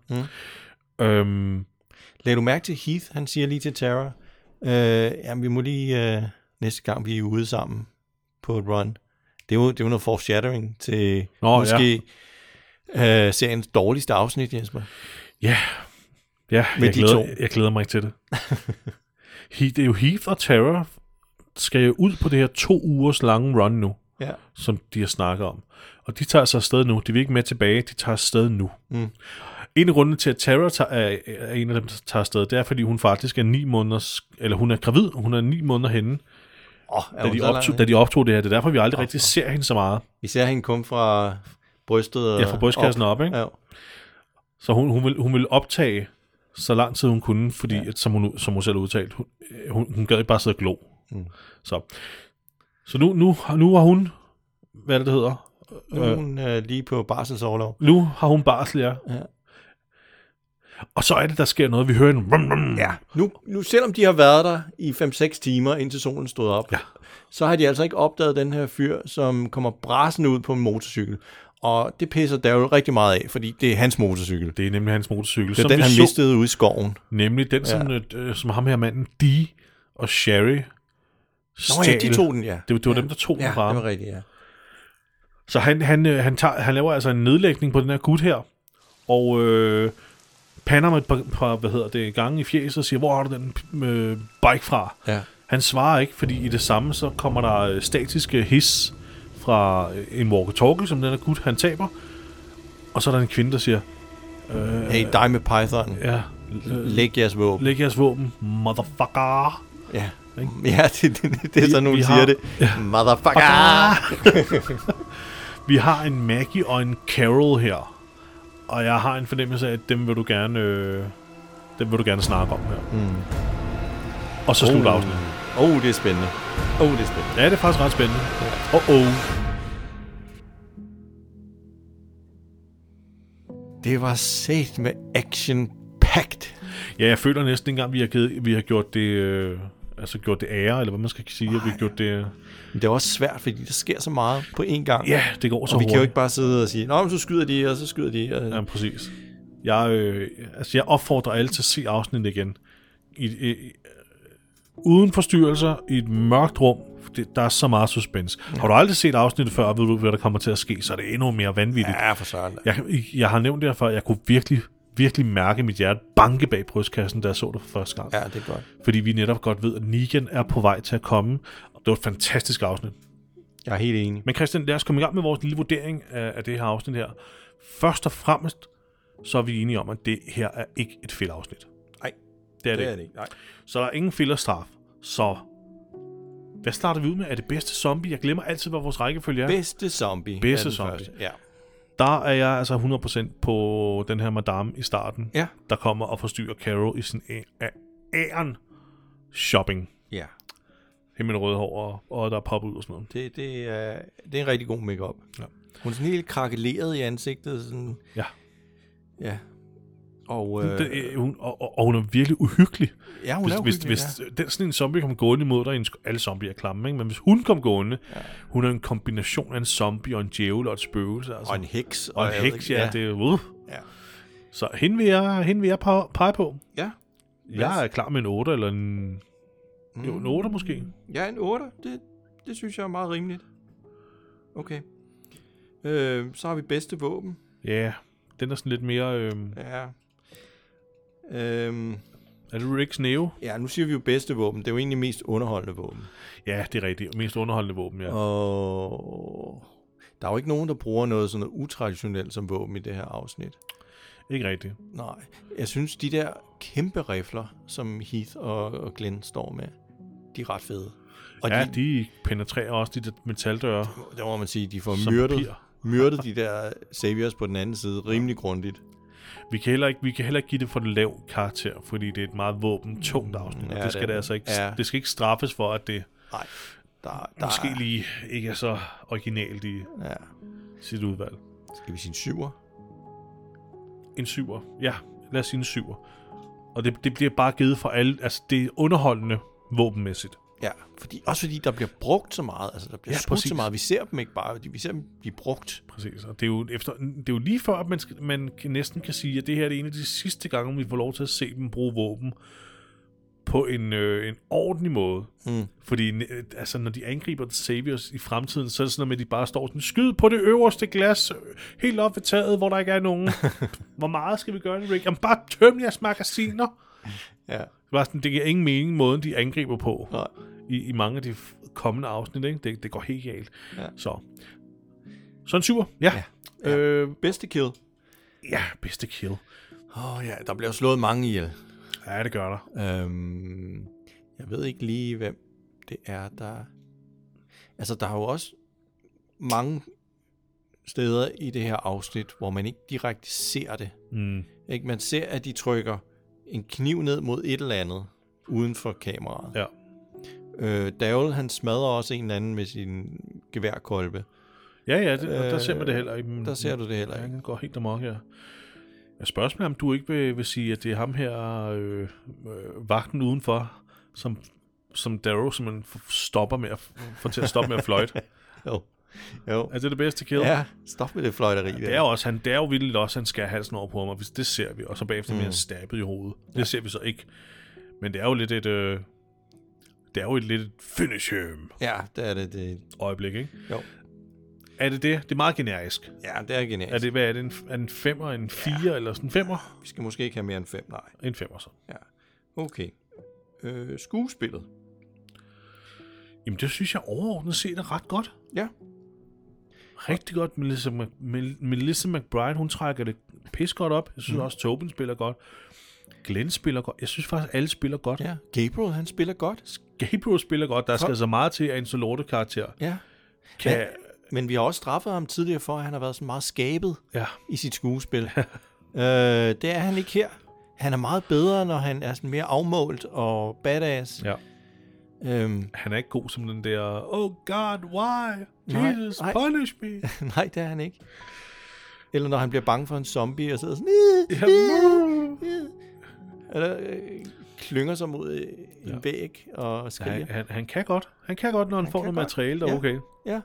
Lad du mærke til Heath, han siger lige til Tara, vi må lige næste gang vi er ude sammen på et run. Det er jo noget foreshadowing til måske seriens dårligste afsnit, Jesper. Ja, jeg glæder mig ikke til det. Det er jo Heath og Tara skal jo ud på det her 2 ugers lange run nu, som de har snakket om. Og de tager sig afsted nu. De vil ikke med tilbage, de tager afsted nu. En af grundene til, at Tara er en af dem, der tager afsted, det er, fordi hun faktisk er 9 måneder, eller hun er gravid, hun er 9 måneder henne, da de optog det her. Det er derfor, vi aldrig rigtig ser hende så meget. Vi ser hende kun fra brystet. Ja, fra brystkassen op, ikke? Ja. Så hun vil optage så lang tid hun kunne, fordi, som hun selv udtalt, hun gad ikke bare sidde og glo. Så nu har hun hvad det hedder. Nu er hun lige på barselsorlov. Nu har hun barsel, ja. Og så er det, der sker noget. Vi hører en... Ja, nu selvom de har været der i 5-6 timer, indtil solen stod op, så har de altså ikke opdaget den her fyr, som kommer brasende ud på en motorcykel. Og det pisser Daryl rigtig meget af, fordi det er hans motorcykel. Det er nemlig hans motorcykel. Det er den, han mistede ude i skoven. Nemlig den, som ham her manden, Dee og Sherry stjal. De tog den, ja. Det var dem, der tog den fra. Ja, det var rigtigt, ja. Så han laver altså en nedlægning på den her gut her, og pander med et par gange i fjeset og siger, hvor har du den bike fra? Ja. Han svarer ikke, fordi i det samme, så kommer der statiske his fra en walkie-talkie, som den her gut, han taber. Og så er der en kvinde, der siger... hey, dig med Python. Ja. Læg jeres våben. Læg jeres våben, motherfucker. Ja, ja det er sådan, nogen siger det. Ja. Motherfucker. Vi har en Maggie og en Carol her. Og jeg har en fornemmelse af, at dem vil du gerne snakke om her. Og så slutter afsnittet. Det er spændende. Ja, det er faktisk ret spændende. Det var set med action-packed. Ja, jeg føler næsten ikke engang, vi har gjort det... gjort det ære, eller hvad man skal sige, at vi har gjort det... Men det er også svært, fordi der sker så meget på én gang. Ja, det går så hurtigt. Og vi kan jo ikke bare sidde og sige, nå, men så skyder de, og så skyder de. Ja, præcis. Jeg opfordrer alle til at se afsnittet igen. Uden forstyrrelser, i et mørkt rum. Der er så meget suspense. Ja. Har du aldrig set afsnittet før, og ved du, hvad der kommer til at ske, så er det endnu mere vanvittigt. Ja, for søren. Jeg har nævnt det her før, jeg kunne virkelig mærke mit hjerte banke bag brystkassen, da jeg så det for første gang. Ja, det er godt. Fordi vi netop godt ved, at Negan er på vej til at komme. Det var et fantastisk afsnit. Jeg er helt enig. Men Christian, lad os komme i gang med vores lille vurdering af det her afsnit her. Først og fremmest, så er vi enige om, at det her er ikke et filler-afsnit. Nej, det er det ikke. Nej. Så der er ingen filler-straf. Så hvad starter vi ud med? Er det bedste zombie? Jeg glemmer altid, hvad vores rækkefølge er. Bedste zombie. Bedste zombie. Første. Ja. Der er jeg altså 100% på den her madame i starten, der kommer og forstyrrer Carol i sin æren shopping. Ja. Helt med røde hår, og der er pop ud og sådan noget. Det er en rigtig god make-up. Ja. Hun er sådan helt krakeleret i ansigtet. Sådan. Ja. Ja. Og hun er virkelig uhyggelig. Ja, hun er uhyggelig, hvis sådan en zombie kommer gående imod dig, alle zombier er klamme, ikke? Men hvis hun kommer gående, hun er en kombination af en zombie og en djævel og et spøgelse. Altså. Og en heks. Og en heks, ja. Det er ja. Så hende vil jeg pege på. Ja. Jeg er klar med en 8 eller en... Jo, en 8 måske. Ja, en 8. Det synes jeg er meget rimeligt. Okay. Så har vi bedste våben. Ja, den er sådan lidt mere... Ja. Er det Ricks Neo? Ja, nu siger vi jo bedste våben. Det er jo egentlig mest underholdende våben. Ja, det er rigtigt. Mest underholdende våben, ja. Og der er jo ikke nogen, der bruger noget sådan noget utraditionelt som våben i det her afsnit. Ikke rigtigt. Nej. Jeg synes, de der kæmpe rifler, som Heath og Glenn står med, de er ret fede. Og ja, de penetrerer også de der metaldøre. Det må man sige, de får myrdet de der saviors på den anden side rimelig grundigt. Vi kan heller ikke give det for en lav karakter, fordi det er et meget våbentungt afsnit. Ja, det skal det altså ikke. Ja. Det skal ikke straffes for, at det måske lige ikke er så originalt i sit udvalg. Skal vi sige en 7'er? En 7'er, ja. Lad os sige en 7'er. Og det bliver bare givet for alle. Altså, det er underholdende våbenmæssigt. Ja, fordi der bliver brugt så meget. Altså, der bliver skudt så meget. Vi ser dem ikke bare, vi ser dem blive brugt. Præcis, og det er jo lige før, at man næsten kan sige, at det her er en af de sidste gange, vi får lov til at se dem bruge våben på en ordentlig måde. Fordi altså, når de angriber The Saviors i fremtiden, så er det sådan, at de bare står sådan, skyd på det øverste glas, helt op ved taget, hvor der ikke er nogen. Hvor meget skal vi gøre det, Rick? Jamen, bare tøm jeres magasiner. Ja. Det giver ingen mening, måden de angriber på i mange af de kommende afsnit. Ikke? Det går helt galt. Ja. Så en 7'er. Ja. Bedste kill. Ja, bedste kill. Ja, der bliver slået mange ihjel. Ja, det gør der. Jeg ved ikke lige, hvem det er, der... Altså, der er jo også mange steder i det her afsnit, hvor man ikke direkte ser det. Ikke? Man ser, at de trykker en kniv ned mod et eller andet uden for kameraet. Ja. Daryl, han smadrer også en eller anden med sin geværkolbe. Ja, og der ser man det heller ikke. Der ser du det heller ikke. Den går helt amok her. Jeg spørger mig, om du ikke vil sige, at det er ham her, vagten udenfor, som Darrow simpelthen stopper med at få til at stoppe med at fløjte. Jo. Er det bedste kill? Ja, stop med det fløjteri. Det er jo vildt også, han skærer halsen over på ham, og det ser vi, og så bagefter med stabet i hovedet. Det ser vi så ikke. Men det er jo lidt et finish him. Ja, det er det. Øjeblik, ikke? Jo. Er det det? Det er meget generisk. Ja, det er generisk. Hvad er det? En 5'er, en 4 eller sådan en 5'er? Vi skal måske ikke have mere end 5, nej. En 5'er så. Ja. Okay. Skuespillet. Jamen, det synes jeg overordnet set er ret godt. Ja. Rigtig godt. Melissa McBride, hun trækker det pis godt op. Jeg synes også, Tobin spiller godt. Glenn spiller godt. Jeg synes faktisk, alle spiller godt. Ja. Gabriel, han spiller godt. Gabriel spiller godt. Der skal så meget til af en Solorte-karakter. Ja. Men vi har også straffet ham tidligere for, at han har været så meget skabet i sit skuespil. Det er han ikke her. Han er meget bedre, når han er sådan mere afmålt og badass. Ja. Han er ikke god som den der, oh God, why? Jesus, punish me. Nej, det er han ikke. Eller når han bliver bange for en zombie og sidder sådan, eller klynger sig mod en væg og skriger. Ja, han kan godt. Han kan godt, når han får noget materiale, der er okay. Ja.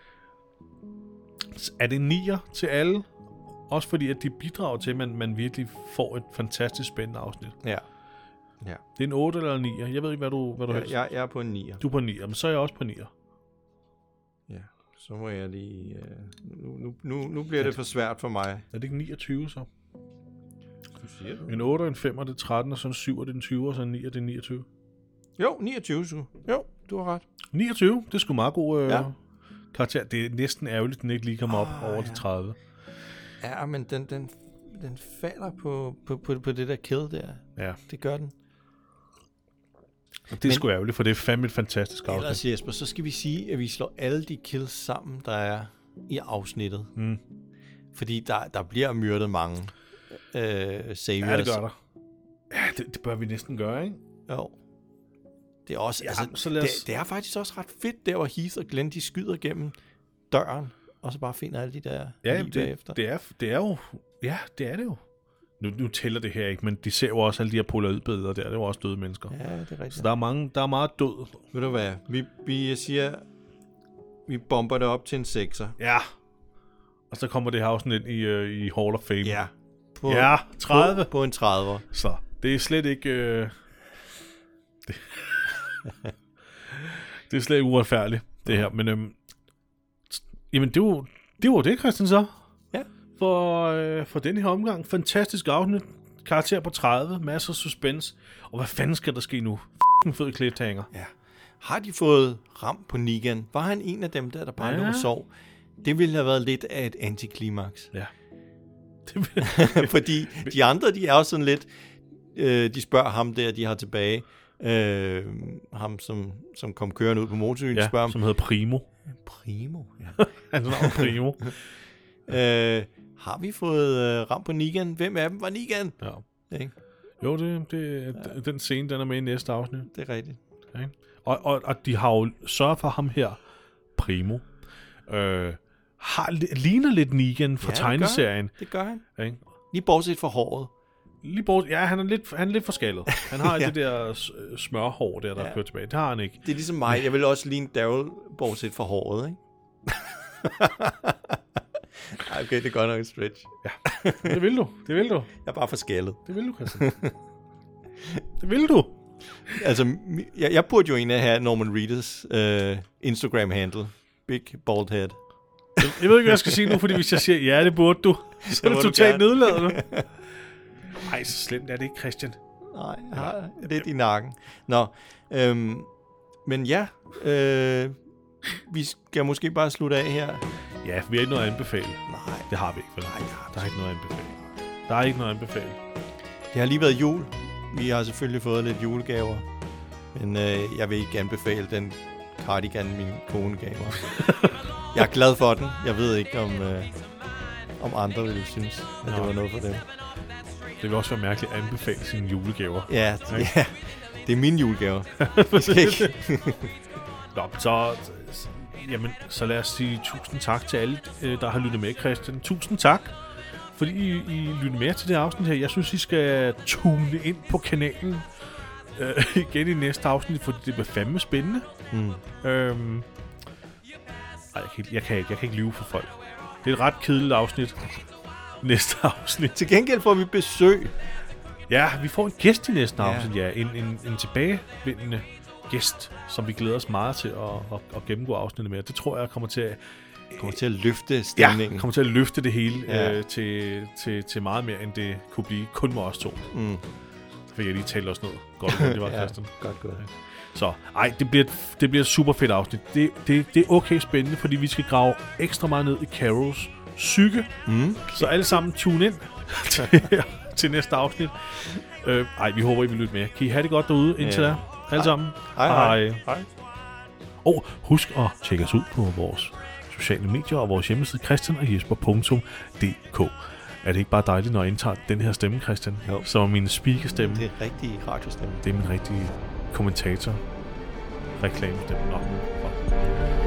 Er det 9'er til alle? Også fordi, at de bidrager til, at man virkelig får et fantastisk spændende afsnit. Ja. Det er en 8 eller en 9'er. Jeg ved ikke, hvad du helst. Jeg er på en 9'er. Du er på en 9'er, men så er jeg også på en 9'er. Ja, så må jeg lige... Nu bliver det for svært for mig. Er det ikke 29 så? En 8 og en 5 det er 13, og så en 7 det er en 20, og så en 9 det er 29. Jo, 29 så. Jo, du har ret. 29, det er sgu meget god karakter. Det er næsten ærgerligt, at den ikke lige kommer op over de 30. Ja, men den falder på det der kill der. Ja. Det gør den. Og det er sgu ærgerligt, for det er fandme et fantastisk afsnit. Ellers, Jesper, så skal vi sige, at vi slår alle de kills sammen, der er i afsnittet. Fordi der bliver myrdet mange saviors. Ja, det gør der. Ja, det bør vi næsten gøre, ikke? Jo. Det er også, det er faktisk også ret fedt, der hvor Heath og Glenn, de skyder gennem døren, og så bare finder alle de der lige bagefter. Det er jo, ja, det er det jo. Nu tæller det her ikke, men de ser jo også alle de her polaroidbilleder der, det er jo også døde mennesker. Ja, det er rigtigt. Så der er meget død. Ved du hvad, vi siger, vi bomber det op til en 6'er. Ja. Og så kommer det her afsnit i Hall of Fame. Ja. 30. På en 30'er. Så det er slet ikke... det er slet ikke uretfærdigt, det her. Men jamen, det var det, Christian, så. Ja. For den her omgang. Fantastisk afsnit. Karakter på 30. Masser af suspense. Og hvad fanden skal der ske nu? Fed cliffhanger. Ja. Har de fået ram på Negan? Var han en af dem, der bare lå og sov? Det ville have været lidt af et antiklimaks. Ja. Fordi de andre, de er også sådan lidt... de spørger ham der, de har tilbage... ham, som kom kørende ud på motorcyklen, spørger ham... som hedder Primo. Primo, ja. Han er Primo. Har vi fået ram på Negan? Hvem af dem var Negan? Ja. Ikke? Jo, den scene, den er med i næste afsnit. Det er rigtigt. Okay. Og de har jo sørget for ham her, Primo. Ligner lidt Negan fra tegneserien. Det gør han. Ikke? Lige bortset fra håret. Han er lidt forskaldet. Han har det der smørhår der kører tilbage. Det har han ikke. Det er ligesom mig. Jeg vil også ligne Daryl, bortset fra håret, ikke? Okay, det er godt nok en stretch. Ja, det vil du. Jeg er bare forskaldet. Det vil du, Christian. Det vil du. Altså, jeg burde jo egentlig have Norman Reedus Instagram-handle. Big Bald Head. Jeg ved ikke, hvad jeg skal sige nu, fordi hvis jeg siger, ja, det burde du, så er det totalt nedladende. Nej, så slemt er det ikke, Christian. Nej, jeg har lidt i nakken. Nå, men ja, vi skal måske bare slutte af her. Ja, vi har ikke noget at anbefale. Nej. Det har vi ikke, vel? Nej, der er ikke noget at anbefale. Der er ikke noget at anbefale. Det har lige været jul. Vi har selvfølgelig fået lidt julegaver. Men jeg vil ikke anbefale den cardigan, min kone gav mig. Jeg er glad for den. Jeg ved ikke, om andre ville synes, at det var noget for dem. Det vil også være mærkeligt at anbefale sine julegaver. Ja, det er mine julegaver. Nå, så Jamen, så lad os sige tusind tak til alle, der har lyttet med, Christian. Tusind tak, fordi I lytter med til det afsnit her. Jeg synes, I skal tune ind på kanalen igen i næste afsnit, fordi det bliver fandme spændende. Jeg kan ikke lyve for folk. Det er et ret kedeligt afsnit. Næste afsnit. Til gengæld får vi besøg. Ja, vi får en gæst i næste afsnit, ja. En tilbagevendende gæst, som vi glæder os meget til at gennemgå afsnittet med. Det tror jeg kommer til at løfte stemningen. Ja, kommer til at løfte det hele til meget mere, end det kunne blive kun med os to. Så fik jeg lige talt os noget godt om det var, Christian. Godt. Så, det bliver et super fedt afsnit. Det er okay spændende, fordi vi skal grave ekstra meget ned i Carols psyke. Så alle sammen tune ind til næste afsnit. Vi håber, I vil lytte med. Kan I have det godt derude indtil da? Alle sammen. Hej. Og husk at tjekke os ud på vores sociale medier og vores hjemmeside christianogjesper.dk. Er det ikke bare dejligt, når jeg indtager den her stemme, Christian? Jo. Som er min speakerstemme. Det er rigtig radiostemme. Det er min rigtige kommentator. Reklamestemme.